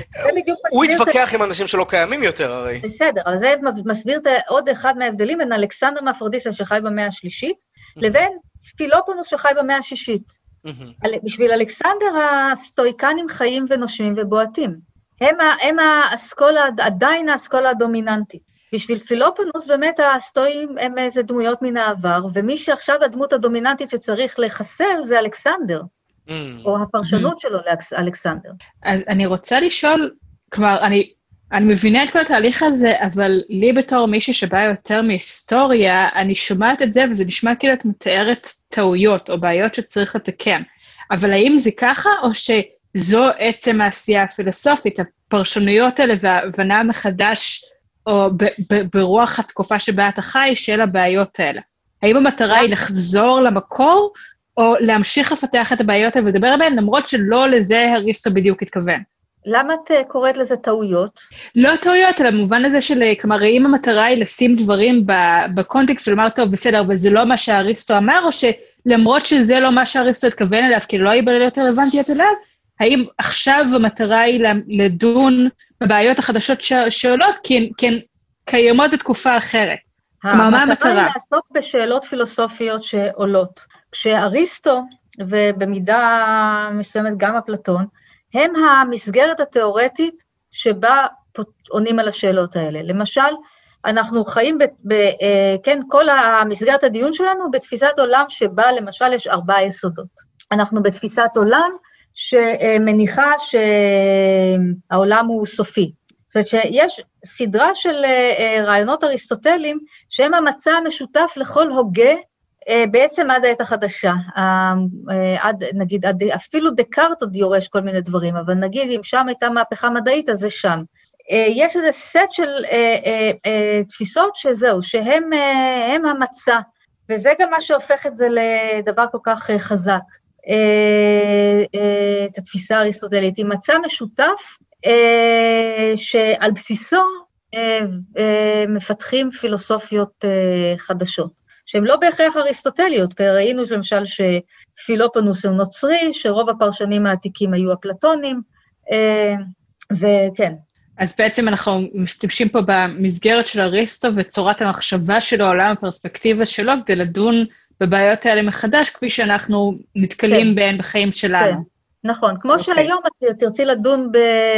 הוא התווכח עם אנשים שלא קיימים יותר הרי. בסדר, אבל זה מסביר עוד אחד מההבדלים בין אלכסנדר מאפרודיסה שחי במאה השלישית, לבין פילופונוס שחי במאה השישית. בשביל אלכסנדר הסטואיקנים חיים ונושמים ובועטים. הם האסכולה, עדיין האסכולה הדומיננטית. בשביל פילופונוס באמת הסטואים הם איזה דמויות מן העבר, ומי שעכשיו הדמות הדומיננטית שצריך לחסל זה אלכסנדר, או הפרשנות שלו לאלכסנדר. אז אני רוצה לשאול, כלומר, אני מבינה את כל התהליך הזה, אבל לי בתור מישהי שבא יותר מהיסטוריה, אני שומעת את זה, וזה נשמע כאילו את מתארת טעויות, או בעיות שצריך לתקן. אבל האם זה ככה, או שזו עצם העשייה הפילוסופית, הפרשנויות האלה וההבנה מחדש, או ברוח התקופה שבה אתה חי, של הבעיות האלה? האם המטרה היא לחזור למקור, או להמשיך לפתח את הבעיות האלה ולדבר עליהן, למרות שלא לזה אריסטו בדיוק התכוון? למה את קוראת לזה טעויות? לא טעויות, אלא במובן הזה של, כלומר, האם המטרה היא לשים דברים בקונטקסט ולומר, טוב, בסדר, אבל זה לא מה שאריסטו אמר, או שלמרות שזה לא מה שאריסטו התכוון אליו, כי לא יהיה בעיות רלוונטיות אליו, האם עכשיו המטרה היא לדון בבעיות החדשות שעולות, כי הן קיימות בתקופה אחרת? כלומר, מה המטרה? המטרה היא לעסוק בשאלות פילוסופיות שעולות. כשאריסטו, ובמידה מסוימת גם אפלטון, הם המסגרת התיאורטית שבה עונים על השאלות האלה. למשל, אנחנו חיים, כן, כל המסגרת הדיון שלנו בתפיסת עולם שבה למשל יש 4 יסודות. אנחנו בתפיסת עולם שמניחה שהעולם הוא סופי. זאת אומרת שיש סדרה של רעיונות אריסטוטליים שהם המצע המשותף לכל הוגה, בעצם עד העת החדשה, נגיד, אפילו דקארט עוד יורש כל מיני דברים, אבל נגיד, אם שם הייתה מהפכה מדעית, אז זה שם. יש איזה סט של תפיסות שזהו, שהם המצע, וזה גם מה שהופך את זה לדבר כל כך חזק, את התפיסה האריסטוטלית, היא מצע משותף, שעל בסיסו מפתחים פילוסופיות חדשות. שהן לא בהכרח אריסטוטליות, כי ראינו למשל שפילופונוס הוא נוצרי, שרוב הפרשנים העתיקים היו אפלטונים, וכן. אז בעצם אנחנו משתמשים פה במסגרת של אריסטו וצורת המחשבה שלו, העולם הפרספקטיבה שלו, כדי לדון בבעיות האלה מחדש, כפי שאנחנו נתקלים בהן בחיים שלנו. כן, נכון. כמו שהיום תרצי לדון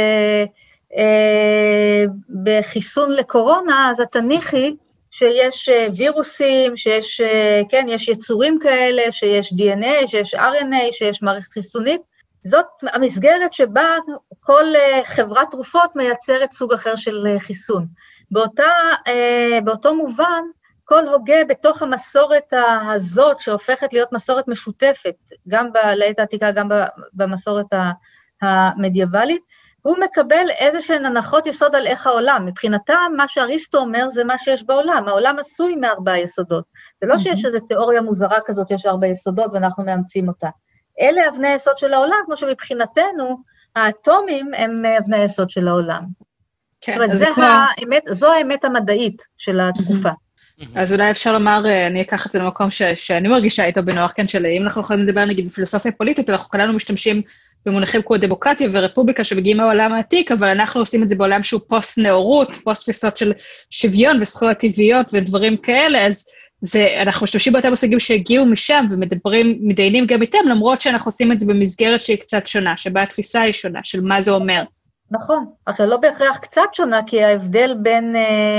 בחיסון לקורונה, אז את תניחי, שיש וירוסים, שיש, כן, יש יצורים כאלה, שיש DNA, שיש RNA, שיש מערכת חיסונית. זאת המסגרת שבה כל חברת תרופות מייצרת סוג אחר של חיסון. באותו מובן, כל הוגה בתוך המסורת הזאת, שהופכת להיות מסורת משותפת, גם לעת העתיקה, גם במסורת המדיאבלית, הוא מקבל איזשהן הנחות יסוד על איך העולם. מבחינתם, מה שאריסטו אומר זה מה שיש בעולם. העולם עשוי מ4 יסודות. זה לא שיש איזו תיאוריה מוזרה כזאת, יש 4 יסודות ואנחנו מאמצים אותה. אלה אבני היסוד של העולם, כמו שמבחינתנו, האטומים הם אבני היסוד של העולם. כן, זאת אומרת, זו האמת המדעית של התקופה. אז אולי אפשר לומר, אני אקח את זה למקום שאני מרגישה איתו בנוח, כן, אם אנחנו יכולים לדבר נגיד בפילוסופיה פוליטית, אנחנו כולנו משתמשים במונחים כמו דמוקרטיה ורפובליקה שמגיעים מהעולם העתיק, אבל אנחנו עושים את זה בעולם שהוא פוסט-נאורות, פוסט-תפיסות של שוויון וזכויות טבעיות ודברים כאלה, אז אנחנו משתמשים באותם מושגים שהגיעו משם ומדיינים גם איתם, למרות שאנחנו עושים את זה במסגרת שהיא קצת שונה, שבה התפיסה היא שונה, של מה זה אומר. נכון, אבל לא בהכרח קצת שונה, כי ההבדל בין...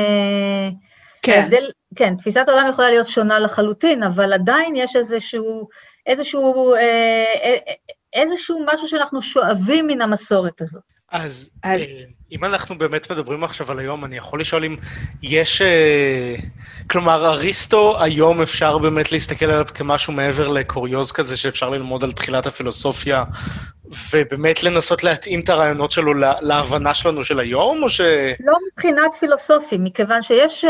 כן, תפיסת העולם יכולה להיות שונה לחלוטין, אבל עדיין יש איזשהו משהו שאנחנו שואבים מן המסורת הזאת. אז אם אנחנו באמת מדברים עכשיו על היום, אני יכול לשאול אם יש... כלומר, אריסטו היום אפשר באמת להסתכל עליו כמשהו מעבר לקוריוז כזה, שאפשר ללמוד על תחילת הפילוסופיה, ובאמת לנסות להתאים את הרעיונות שלו להבנה שלנו של היום, או ש... לא מבחינת פילוסופים, מכיוון שיש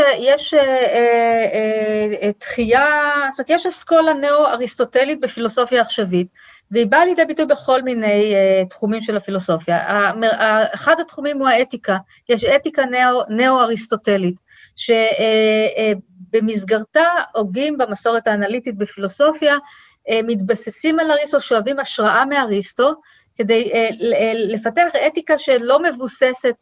תחייה, זאת אומרת, יש אסכולה נאו-אריסטוטלית בפילוסופיה עכשווית, והיא באה לידי ביטוי בכל מיני תחומים של הפילוסופיה. אחד התחומים הוא האתיקה, יש אתיקה נאו-אריסטוטלית, שבמסגרתה הוגים במסורת האנליטית בפילוסופיה, מתבססים על אריסטו, שואבים השראה מאריסטו, כדי לפתח אתיקה שלא מבוססת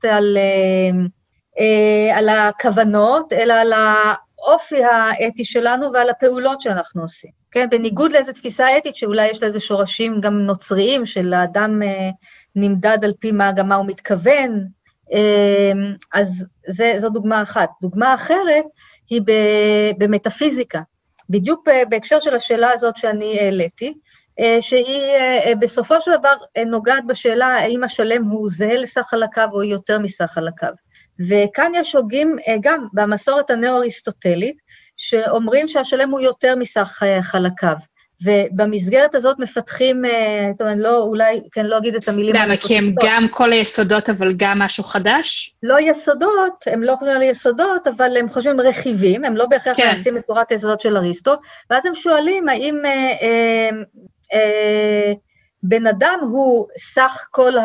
על הכוונות, אלא על האופי האתי שלנו ועל הפעולות שאנחנו עושים. כן, בניגוד לאיזו תפיסה אתית שאולי יש לה איזה שורשים גם נוצריים, של האדם נמדד על פי מה, גם מה הוא מתכוון, אז זו דוגמה אחת. דוגמה אחרת היא במטאפיזיקה, בדיוק בהקשר של השאלה הזאת שאני העליתי, שהיא בסופו של דבר נוגעת בשאלה האם השלם הוא זהה לסך חלקיו או יותר מסך חלקיו. וכאן יש הוגים גם במסורת הנאו-אריסטוטלית, שאומרים שהשלם הוא יותר מסך חלקיו. ובמסגרת הזאת מפתחים, זאת אומרת, אולי, כן, לא אגיד את המילים... למה? כי הם גם כל היסודות, אבל גם משהו חדש? לא יסודות, הם לא חושבים על יסודות, אבל הם חושבים רכיבים, הם לא בהכרח מאמצים את תורת היסודות של אריסטו, ואז הם שואלים האם בן אדם הוא סך כל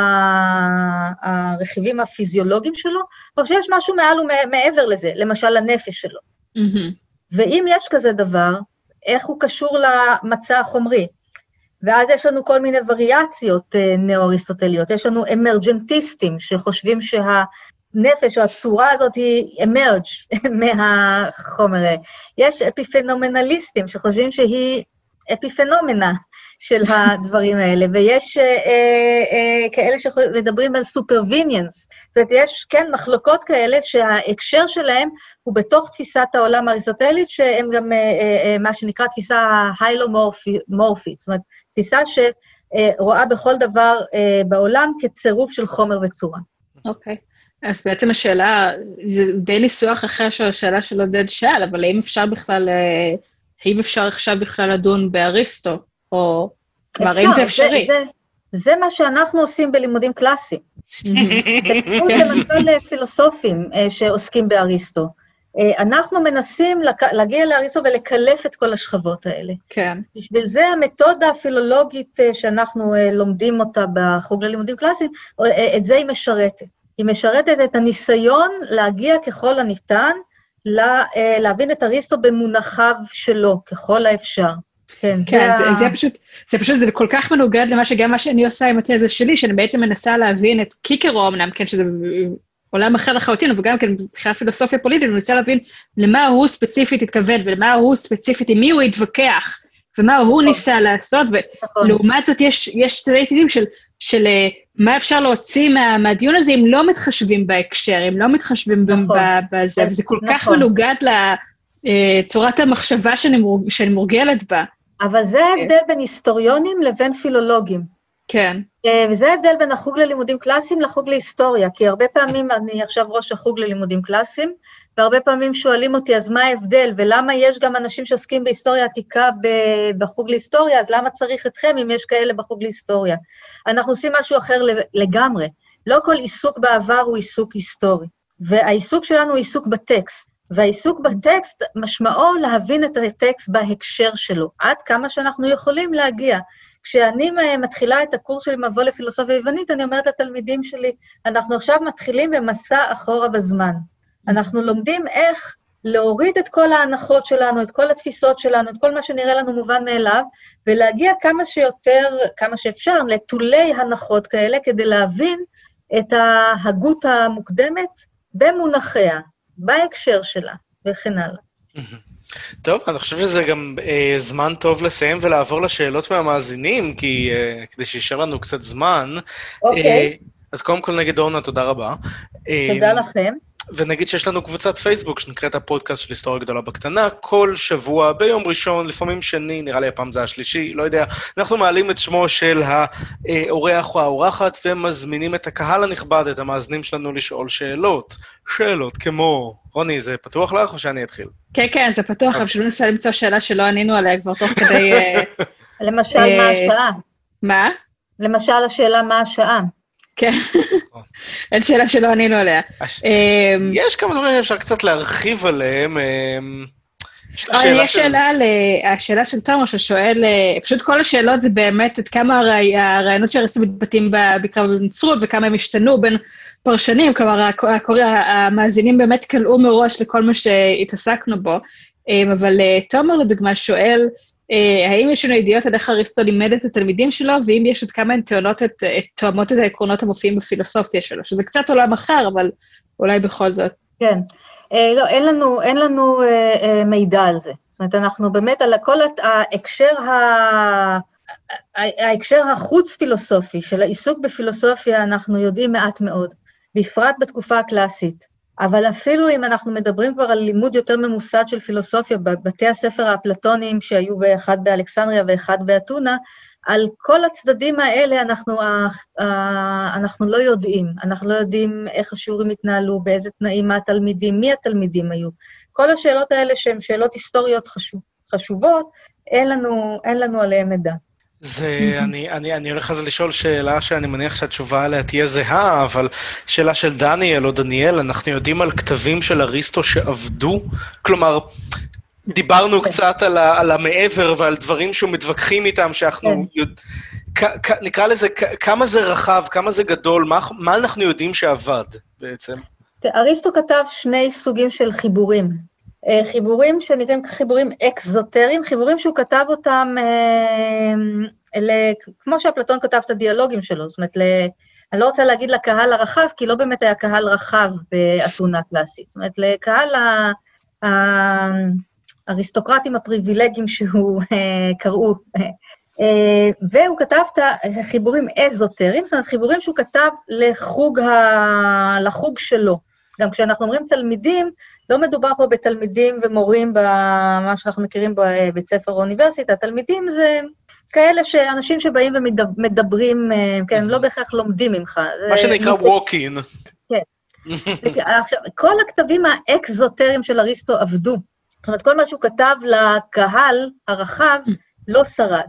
הרכיבים הפיזיולוגיים שלו, או שיש משהו מעל ומעבר לזה, למשל הנפש שלו. ואם יש כזה דבר, איך הוא קשור למצע החומרי? ואז יש לנו כל מיני וריאציות נאו-אריסטוטליות, יש לנו אמרג'נטיסטים שחושבים שהנפש או הצורה הזאת היא אמרג' מהחומר. יש אפיפנומנליסטים שחושבים שהיא אפיפנומנה של הדברים האלה, ויש כאלה שמדברים על סופרוויניאנס, זאת אומרת, יש כן מחלוקות כאלה שההקשר שלהם הוא בתוך תפיסת העולם האריסטוטלית, שהם גם מה שנקרא תפיסה היילומורפית, זאת אומרת, תפיסה שרואה בכל דבר בעולם כצירוף של חומר וצורה. אוקיי. אז בעצם השאלה, זה די ניסוח אחר של השאלה של עודד שאל, אבל האם אפשר עכשיו בכלל לדון באריסטו, או כלומר, האם זה אפשרי? זה מה שאנחנו עושים בלימודים קלאסיים. בניגוד למשל פילוסופים שעוסקים באריסטו. אנחנו מנסים להגיע לאריסטו ולקלף את כל השכבות האלה. כן. בשביל זה המתודה הפילולוגית שאנחנו לומדים אותה בחוג ללימודים קלאסיים, את זה היא משרתת. היא משרתת את הניסיון להגיע ככל הניתן, להבין את אריסטו במונחיו שלו, ככל האפשר. כן, זה כל כך מנוגד למה שגם מה שאני עושה עם התזה שלי, שאני בעצם מנסה להבין את קיקרו אמנם, כן, שזה עולם אחר לחלוטין, וגם כן מבחינת פילוסופיה פוליטית, אני מנסה להבין למה הוא ספציפית התכוון, ולמה הוא ספציפית, עם מי הוא התווכח, ומה הוא ניסה לעשות, ולעומת זאת יש שתי עתידים של מה אפשר להוציא מהדיון הזה, אם לא מתחשבים בהקשר, אם לא מתחשבים בזה, וזה כל כך מנוגד לצורת המחשבה שאני מורגלת בה. אבל זה ההבדל בין היסטוריונים לבין פילולוגים. כן. וזה ההבדל בין החוג ללימודים קלאסיים לחוג להיסטוריה, כי הרבה פעמים אני עכשיו ראש החוג ללימודים קלאסיים, והרבה פעמים שואלים אותי, אז מה ההבדל, ולמה יש גם אנשים שעוסקים בהיסטוריה עתיקה בחוג להיסטוריה, אז למה צריך אתכם אם יש כאלה בחוג להיסטוריה? אנחנו עושים משהו אחר לגמרי. לא כל עיסוק בעבר הוא עיסוק היסטורי, והעיסוק שלנו הוא עיסוק בטקסט. והעיסוק בטקסט משמעו להבין את הטקסט בהקשר שלו, עד כמה שאנחנו יכולים להגיע. כשאני מתחילה את הקורס שלי מבוא לפילוסופיה יוונית, אני אומרת לתלמידים שלי, אנחנו עכשיו מתחילים במסע אחורה בזמן. אנחנו לומדים איך להוריד את כל ההנחות שלנו, את כל התפיסות שלנו, את כל מה שנראה לנו מובן מאליו, ולהגיע כמה שיותר, כמה שאפשר, לטולי הנחות כאלה, כדי להבין את ההגות המוקדמת במונחיה, בהקשר שלה, וכן הלאה. טוב, אני חושב שזה גם זמן טוב לסיים ולעבור לשאלות מהמאזינים, כי כדי שישאר לנו קצת זמן. אוקיי. אז קודם כל נגיד אורנה, תודה רבה. תודה לכם. ונגיד שיש לנו קבוצת פייסבוק שנקראת הפודקאסט של היסטוריה גדולה בקטנה, כל שבוע, ביום ראשון, לפעמים שני, נראה לי הפעם זה השלישי, לא יודע, אנחנו מעלים את שמו של האורח או האורחת, ומזמינים את הקהל הנכבד, את המאזינים שלנו לשאול שאלות. שאלות כמו, רוני, זה פתוח לך או שאני אתחיל? כן, כן, זה פתוח, אבל שלא ניסה למצוא שאלה שלא ענינו עליה כבר תוך כדי... למשל, מה השעה? מה? למשל, השאלה מה השעה. כן, אין שאלה שלא ענינו עליה. יש כמה דברים שאפשר קצת להרחיב עליהם. יש השאלה של תומר ששואל, פשוט כל השאלות זה באמת את כמה הרעיונות שהרסים מתבטאים בעיקר בנצרות, וכמה הם השתנו בין פרשנים, כלומר המאזינים באמת קלעו מראש לכל מה שהתעסקנו בו, אבל תומר לדוגמה שואל, האם יש לנו ידיעות על איך אריסטו לימד את התלמידים שלו, ואם יש עוד כמה הן תואמות את העקרונות המופיעים בפילוסופיה שלו, שזה קצת עולם אחר, אבל אולי בכל זאת. כן. לא, אין לנו מידע על זה. זאת אומרת, אנחנו באמת על כל ההקשר החוץ-פילוסופי של העיסוק בפילוסופיה, אנחנו יודעים מעט מאוד, בפרט בתקופה הקלאסית. אבל אפילו אם אנחנו מדברים כבר על לימוד יותר ממוסד של פילוסופיה, בבתי הספר האפלטוניים שהיו באחד באלכסנדריה ואחד באתונה, על כל הצדדים האלה אנחנו לא יודעים. אנחנו לא יודעים איך השיעורים התנהלו, באיזה תנאים, מה התלמידים, מי התלמידים היו. כל השאלות האלה שהן שאלות היסטוריות חשובות, אין לנו עליהן מידע. אני הולך אז לשאול שאלה שאני מניח שהתשובה עליה תהיה זהה, אבל שאלה של דניאל או דניאל, אנחנו יודעים על כתבים של אריסטו שעבדו? כלומר, דיברנו קצת על המעבר ועל דברים שהוא מתווכחים איתם, שאנחנו נקרא לזה, כמה זה רחב, כמה זה גדול, מה אנחנו יודעים שעבד בעצם? אריסטו כתב שני סוגים של חיבורים. חיבורים שנקראים חיבורים אקזוטריים, חיבורים שהוא כתב אותם, כמו שאפלטון כתב את הדיאלוגים שלו, זאת אומרת, אני לא רוצה להגיד לקהל הרחב, כי לא באמת היה קהל רחב באתונה קלאסית, זאת אומרת, לקהל האריסטוקרטים הפריבילגיים שהוא קראו, והוא כתב את החיבורים אזוטריים, זאת אומרת, חיבורים שהוא כתב לחוג שלו. גם כשאנחנו אומרים תלמידים, לא מדובר פה בתלמידים ומורים במה שאנחנו מכירים בבית ספר או אוניברסיטה, תלמידים זה כאלה שאנשים שבאים ומדברים, כן, לא בהכרח לומדים ממך. מה שנקרא walk-in. כן. עכשיו, כל הכתבים האקזוטריים של אריסטו עבדו. זאת אומרת, כל מה שהוא כתב לקהל הרחב לא שרד.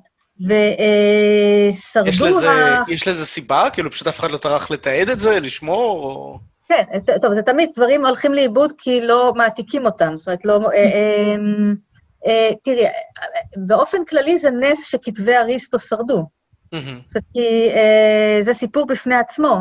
ושרדו יש לזה סיבה? כאילו פשוט אף אחד לא טרח לתעד את זה, לשמור? כן, טוב, זה תמיד דברים הולכים לאיבוד כי לא מעתיקים אותם, זאת אומרת, לא... תראי, באופן כללי זה נס שכתבי אריסטו שרדו. זאת אומרת, כי זה סיפור בפני עצמו.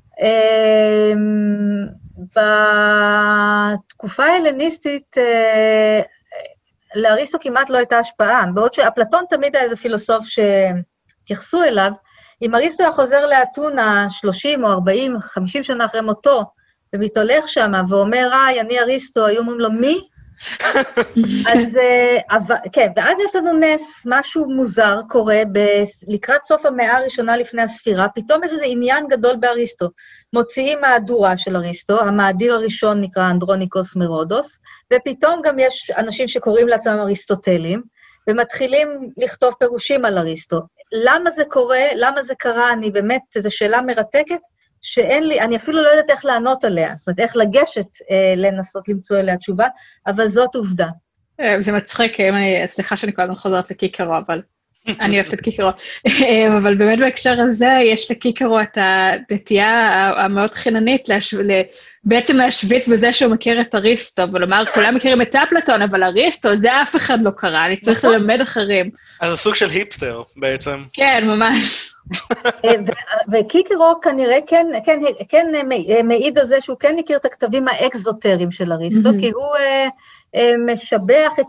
בתקופה ההלניסטית, לאריסטו כמעט לא הייתה השפעה, בעוד שאפלטון תמיד היה איזה פילוסוף שהתייחסו אליו, אם אריסטו היה חוזר לאתונה 30 או 40, 50 שנה אחרי מותו, ומתהולך שם ואומר, אני אריסטו, היו אומרים לו, מי? אז כן, ואז יש לנו נס, משהו מוזר קורה לקראת סוף המאה הראשונה לפני הספירה, פתאום יש איזה עניין גדול באריסטו. מוציאים מהדורה של אריסטו, המאדיר הראשון נקרא אנדרוניקוס מרודוס, ופתאום גם יש אנשים שקוראים לעצמם אריסטוטלים, ומתחילים לכתוב פירושים על אריסטו. למה זה קורה? למה זה קרה? אני באמת, זו שאלה מרתקת, שאין לי, אני אפילו לא יודעת איך לענות עליה, זאת אומרת, איך לגשת לנסות למצוא אליה תשובה, אבל זאת עובדה. זה מצחיק, סליחה שאני כל הזמן חוזרת לקיקרו, אבל אני אוהבת את קיקרו. אבל באמת בהקשר הזה, יש לקיקרו את הנטייה המאוד חיננית, בעצם להשוויץ בזה שהוא מכיר את אריסטו, ולומר, כולם מכירים את אפלטון, אבל אריסטו, זה אף אחד לא קרה, אני צריך ללמד אחרים. אז זה סוג של היפסטר בעצם. כן, ממש. וקיקרו כנראה כן מעיד על זה שהוא כן הכיר את הכתבים האקזוטריים של אריסטו, כי הוא משבח את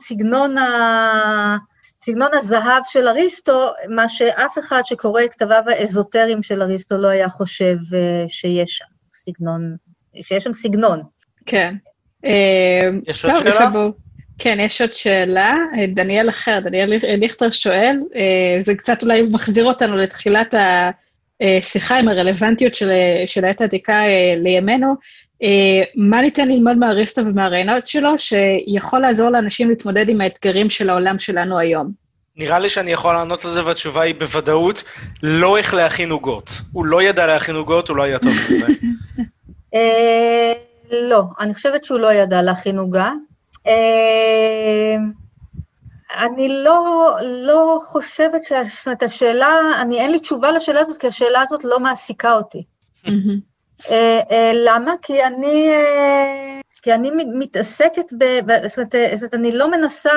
סגנון הזהב של אריסטו, מה שאף אחד שקורא את כתביו האזוטריים של אריסטו לא היה חושב שיש שם סגנון. כן. יש עוד שאלה? כן, יש עוד שאלה. דניאל ליכטר שואל, זה קצת אולי מחזיר אותנו לתחילת השיחה עם הרלוונטיות של העת העתיקה לימינו, מה ניתן ללמוד מאריסטו ומהרעיונות שלו, שיכול לעזור לאנשים להתמודד עם האתגרים של העולם שלנו היום? נראה לי שאני יכול לענות לזה, והתשובה היא בוודאות, לא איך להכין עוגות. הוא לא ידע להכין עוגות, הוא לא היה טוב בזה. לא, אני חושבת שהוא לא ידע להכין עוגה. אני לא חושבת זאת השאלה, אין לי תשובה לשאלה הזאת, כי השאלה הזאת לא מעסיקה אותי. למה? כי אני מתעסקת זאת אומרת, אני לא מנסה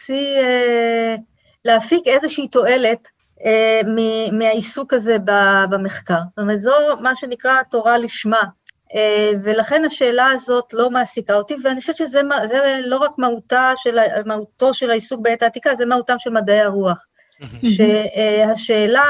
להפיק איזושהי תועלת מהעיסוק הזה במחקר. זאת אומרת, זו מה שנקרא תורה לשמה, ולכן השאלה הזאת לא מעסיקה אותי, ואני חושבת שזה לא רק מהותו של העיסוק בעת העתיקה, זה מהותם של מדעי הרוח. שהשאלה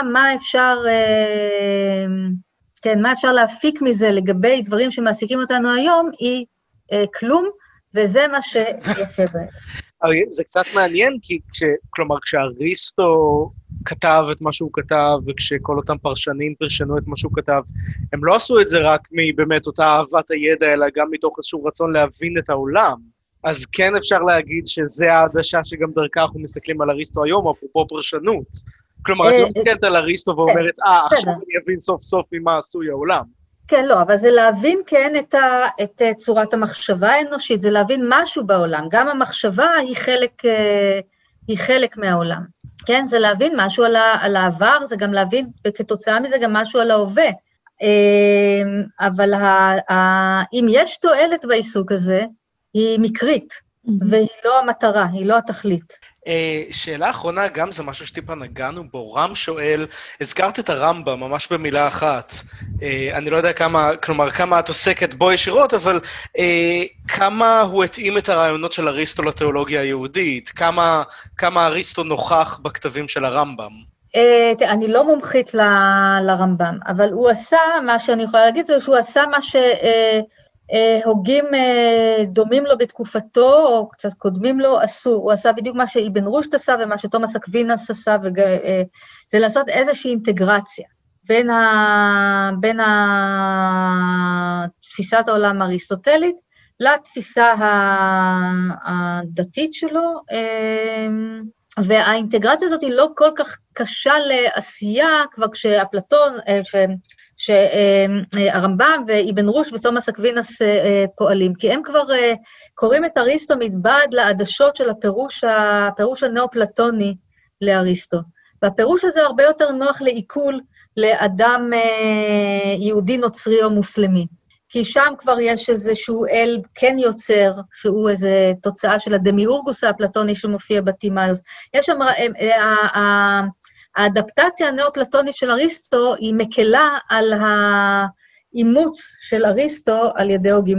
מה אפשר להפיק מזה לגבי דברים שמעסיקים אותנו היום, היא כלום, וזה מה שיפה בהם. זה קצת מעניין, כי כשאריסטו כתב את מה שהוא כתב, וכשכל אותם פרשנים פרשנו את מה שהוא כתב, הם לא עשו את זה רק מבאמת אותה אהבת הידע, אלא גם מתוך איזשהו רצון להבין את העולם. אז כן אפשר להגיד שזה העדשה שגם דרכה אנחנו מסתכלים על אריסטו היום, אפרופו פרשנות. כלומר, את לא מסתכלת על אריסטו ואומרת, עכשיו אני אבין סוף סוף ממה עשוי העולם. כן, לא, אבל זה להבין כן את צורת המחשבה האנושית, זה להבין משהו בעולם. גם המחשבה היא חלק מהעולם. כן, זה להבין משהו על העבר, זה גם להבין כתוצאה מזה גם משהו על ההווה. אבל אם יש תועלת בעיסוק הזה, היא מקרית, והיא לא המטרה, היא לא התכלית. שאלה אחרונה, גם זה משהו שטיפה נגענו בו, רם שואל, הזכרת את הרמב"ם ממש במילה אחת, אני לא יודע כמה את עוסקת בו ישירות, אבל כמה הוא התאים את הרעיונות של אריסטו לתיאולוגיה היהודית, כמה אריסטו נוכח בכתבים של הרמב"ם? אני לא מומחית לרמב"ם, אבל הוא עשה, מה שאני יכולה להגיד זה שהוא עשה מה הוגים דומים לו בתקופתו, או קצת קודמים לו, עשו. הוא עשה בדיוק מה שאבן רושד עשה, ומה שתומאס אקווינס עשה, זה לעשות איזושהי אינטגרציה בין תפיסת העולם האריסטוטלית, לתפיסה הדתית שלו, והאינטגרציה הזאת היא לא כל כך קשה לעשייה, כבר כשאפלטון, שהרמב"ם ואבן רושד ותומאס אקווינס פועלים, כי הם כבר קוראים את אריסטו מבעד לעדשות של הפירוש הנאו-פלטוני לאריסטו. והפירוש הזה הרבה יותר נוח לעיכול לאדם יהודי נוצרי או מוסלמי. כי שם כבר יש איזשהו אל כן יוצר, שהוא איזו תוצאה של הדמיורגוס האפלטוני שמופיע בתימאיוס. יש שם, האדפטציה הנאו-פלטונית של אריסטו היא מקלה על האימוץ של אריסטו על ידי הוגים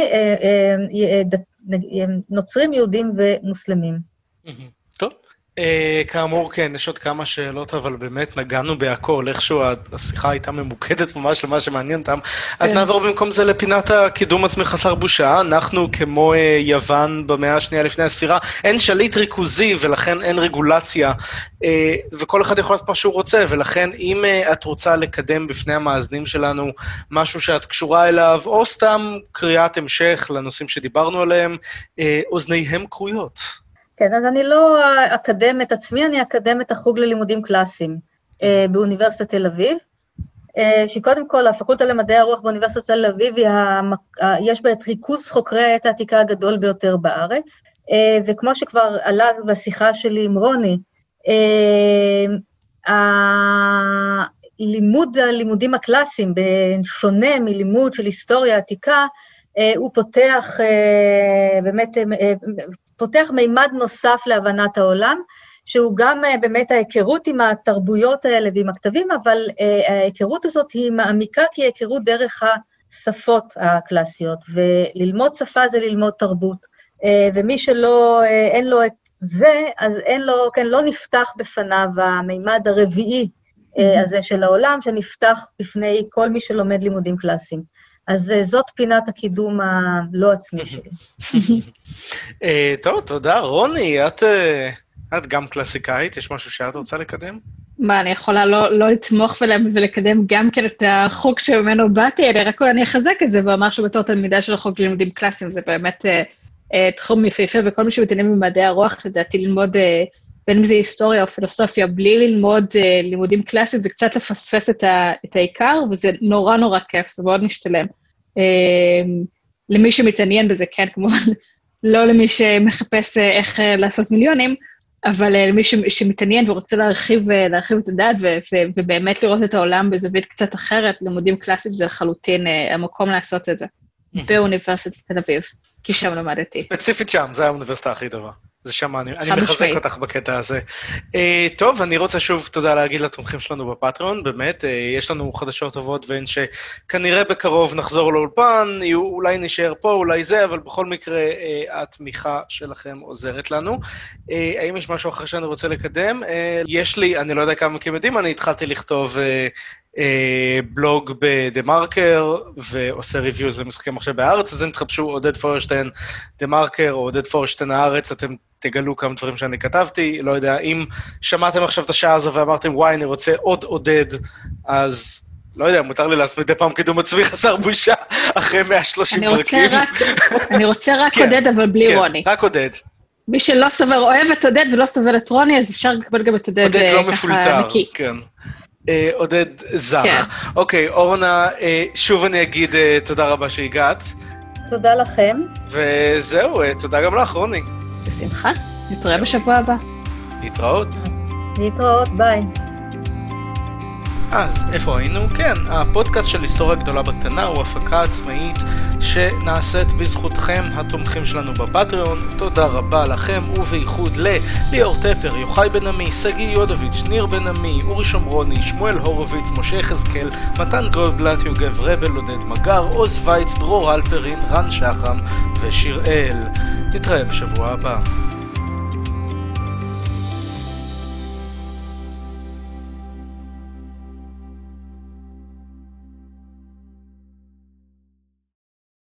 נוצרים, יהודים ומוסלמים. טוב. כאמור, כן, יש עוד כמה שאלות, אבל באמת נגענו בהכל, איכשהו השיחה הייתה ממוקדת ממש למה שמעניין אותם, אז נעבור במקום זה לפינת הקידום עצמי חסר בושה. אנחנו כמו יוון במאה השנייה לפני הספירה, אין שליט ריכוזי ולכן אין רגולציה, וכל אחד יכול לעשות מה שהוא רוצה, ולכן אם את רוצה לקדם בפני המאזינים שלנו משהו שאת קשורה אליו, או סתם קריאת המשך לנושאים שדיברנו עליהם, אוזניהם קרויות. כן, אז אני לא אקדם את עצמי, אני אקדם את החוג ללימודים קלאסיים באוניברסיטת תל אביב, שקודם כל, הפקולטה למדעי הרוח באוניברסיטת תל אביב, יש בה את ריכוז חוקרי העת העתיקה הגדול ביותר בארץ, וכמו שכבר עלה בשיחה שלי עם רוני, הלימודים הקלאסיים, בשונה מלימוד של היסטוריה עתיקה, הוא פותח, באמת, פותח מימד נוסף להבנת העולם, שהוא גם באמת ההיכרות עם התרבויות האלה ועם הכתבים, אבל ההיכרות הזאת היא מעמיקה, כי היא היכרות דרך השפות הקלאסיות, וללמוד שפה זה ללמוד תרבות, ומי שלא, אין לו את זה, אז אין לו, כן, לא נפתח בפניו המימד הרביעי הזה של העולם, שנפתח בפני כל מי שלומד לימודים קלאסיים. אז זאת פינת הקידום הלא עצמי שלי. טוב, תודה. רוני, את גם קלאסיקאית, יש משהו שאת רוצה לקדם? מה, אני יכולה לא לתמוך ולקדם גם כן את החוק שממנו באתי, אני אחזק את זה ואומר שבתור תלמידה של החוק ללימודים קלאסיים, זה באמת תחום יפהפה, וכל מי שמתעניין במדעי הרוח, לדעתי ללמוד, בין אם זה היסטוריה או פילוסופיה, בלי ללמוד לימודים קלאסיים, זה קצת לפספס את העיקר, וזה נורא נורא כיף, זה מאוד משתלם. למי שמתעניין בזה, כן, כמובן, לא למי שמחפש איך לעשות מיליונים, אבל למי שמתעניין ורוצה להרחיב את הדעת, ובאמת לראות את העולם בזווית קצת אחרת, לימודים קלאסיים זה לחלוטין המקום לעשות את זה, באוניברסיטת תל אביב, כי שם למדתי. ספציפית שם, זה האוניברסיטה הכי טובה. זה שם, אני מחזק אותך בקטע הזה. טוב, אני רוצה שוב תודה להגיד לתומכים שלנו בפטריון, באמת, יש לנו חדשות טובות, והן שכנראה בקרוב נחזור לאולפן, אולי נשאר פה, אולי זה, אבל בכל מקרה, התמיכה שלכם עוזרת לנו. האם יש משהו אחר שאני רוצה לקדם? יש לי, אני לא יודע כמה מכם יודעים, אני התחלתי לכתוב בלוג בדה-מרקר, ועושה ריוויוז למשחקי מחשב בארץ, אז אם תחפשו עודד פורשטיין דה-מרקר, או עודד פורשטיין הארץ, אתם תגלו כמה דברים שאני כתבתי, לא יודע, אם שמעתם עכשיו את השעה הזו ואמרתם, וואי, אני רוצה עוד עודד, אז לא יודע, מותר לי לעשות מדי פעם קידום עצמי חסר בושה, אחרי 130 פרקים. אני רוצה רק עודד, אבל בלי רוני. רק עודד. מי שלא סובר אוהב את עודד ולא סובר את רוני, אז אפשר לקבל גם את עודד ככה נקי. עודד לא מפולטר, כן. עודד זך. אוקיי, אורנה, שוב אני אגיד תודה רבה שהגעת. תודה לכם. וזהו, תודה גם לך, רוני. בשמחה, נתראה בשבוע הבא. להתראות. להתראות, ביי. אז איפה היינו? כן, הפודקאסט של היסטוריה גדולה בקטנה הוא הפקה עצמאית שנעשית בזכותכם התומכים שלנו בפטריון. תודה רבה לכם ובייחוד ליאור טפר, יוחאי בן עמי, סגי יודוביץ', ניר בן עמי, אורי שומרוני, שמואל הורוביץ, משה יחזקאל, מתן גולדבלט, יוגב רבל, עודד מגר, עוז וייץ, דרור אלפרין, רן שחם ושיראל. נתראה בשבוע הבא.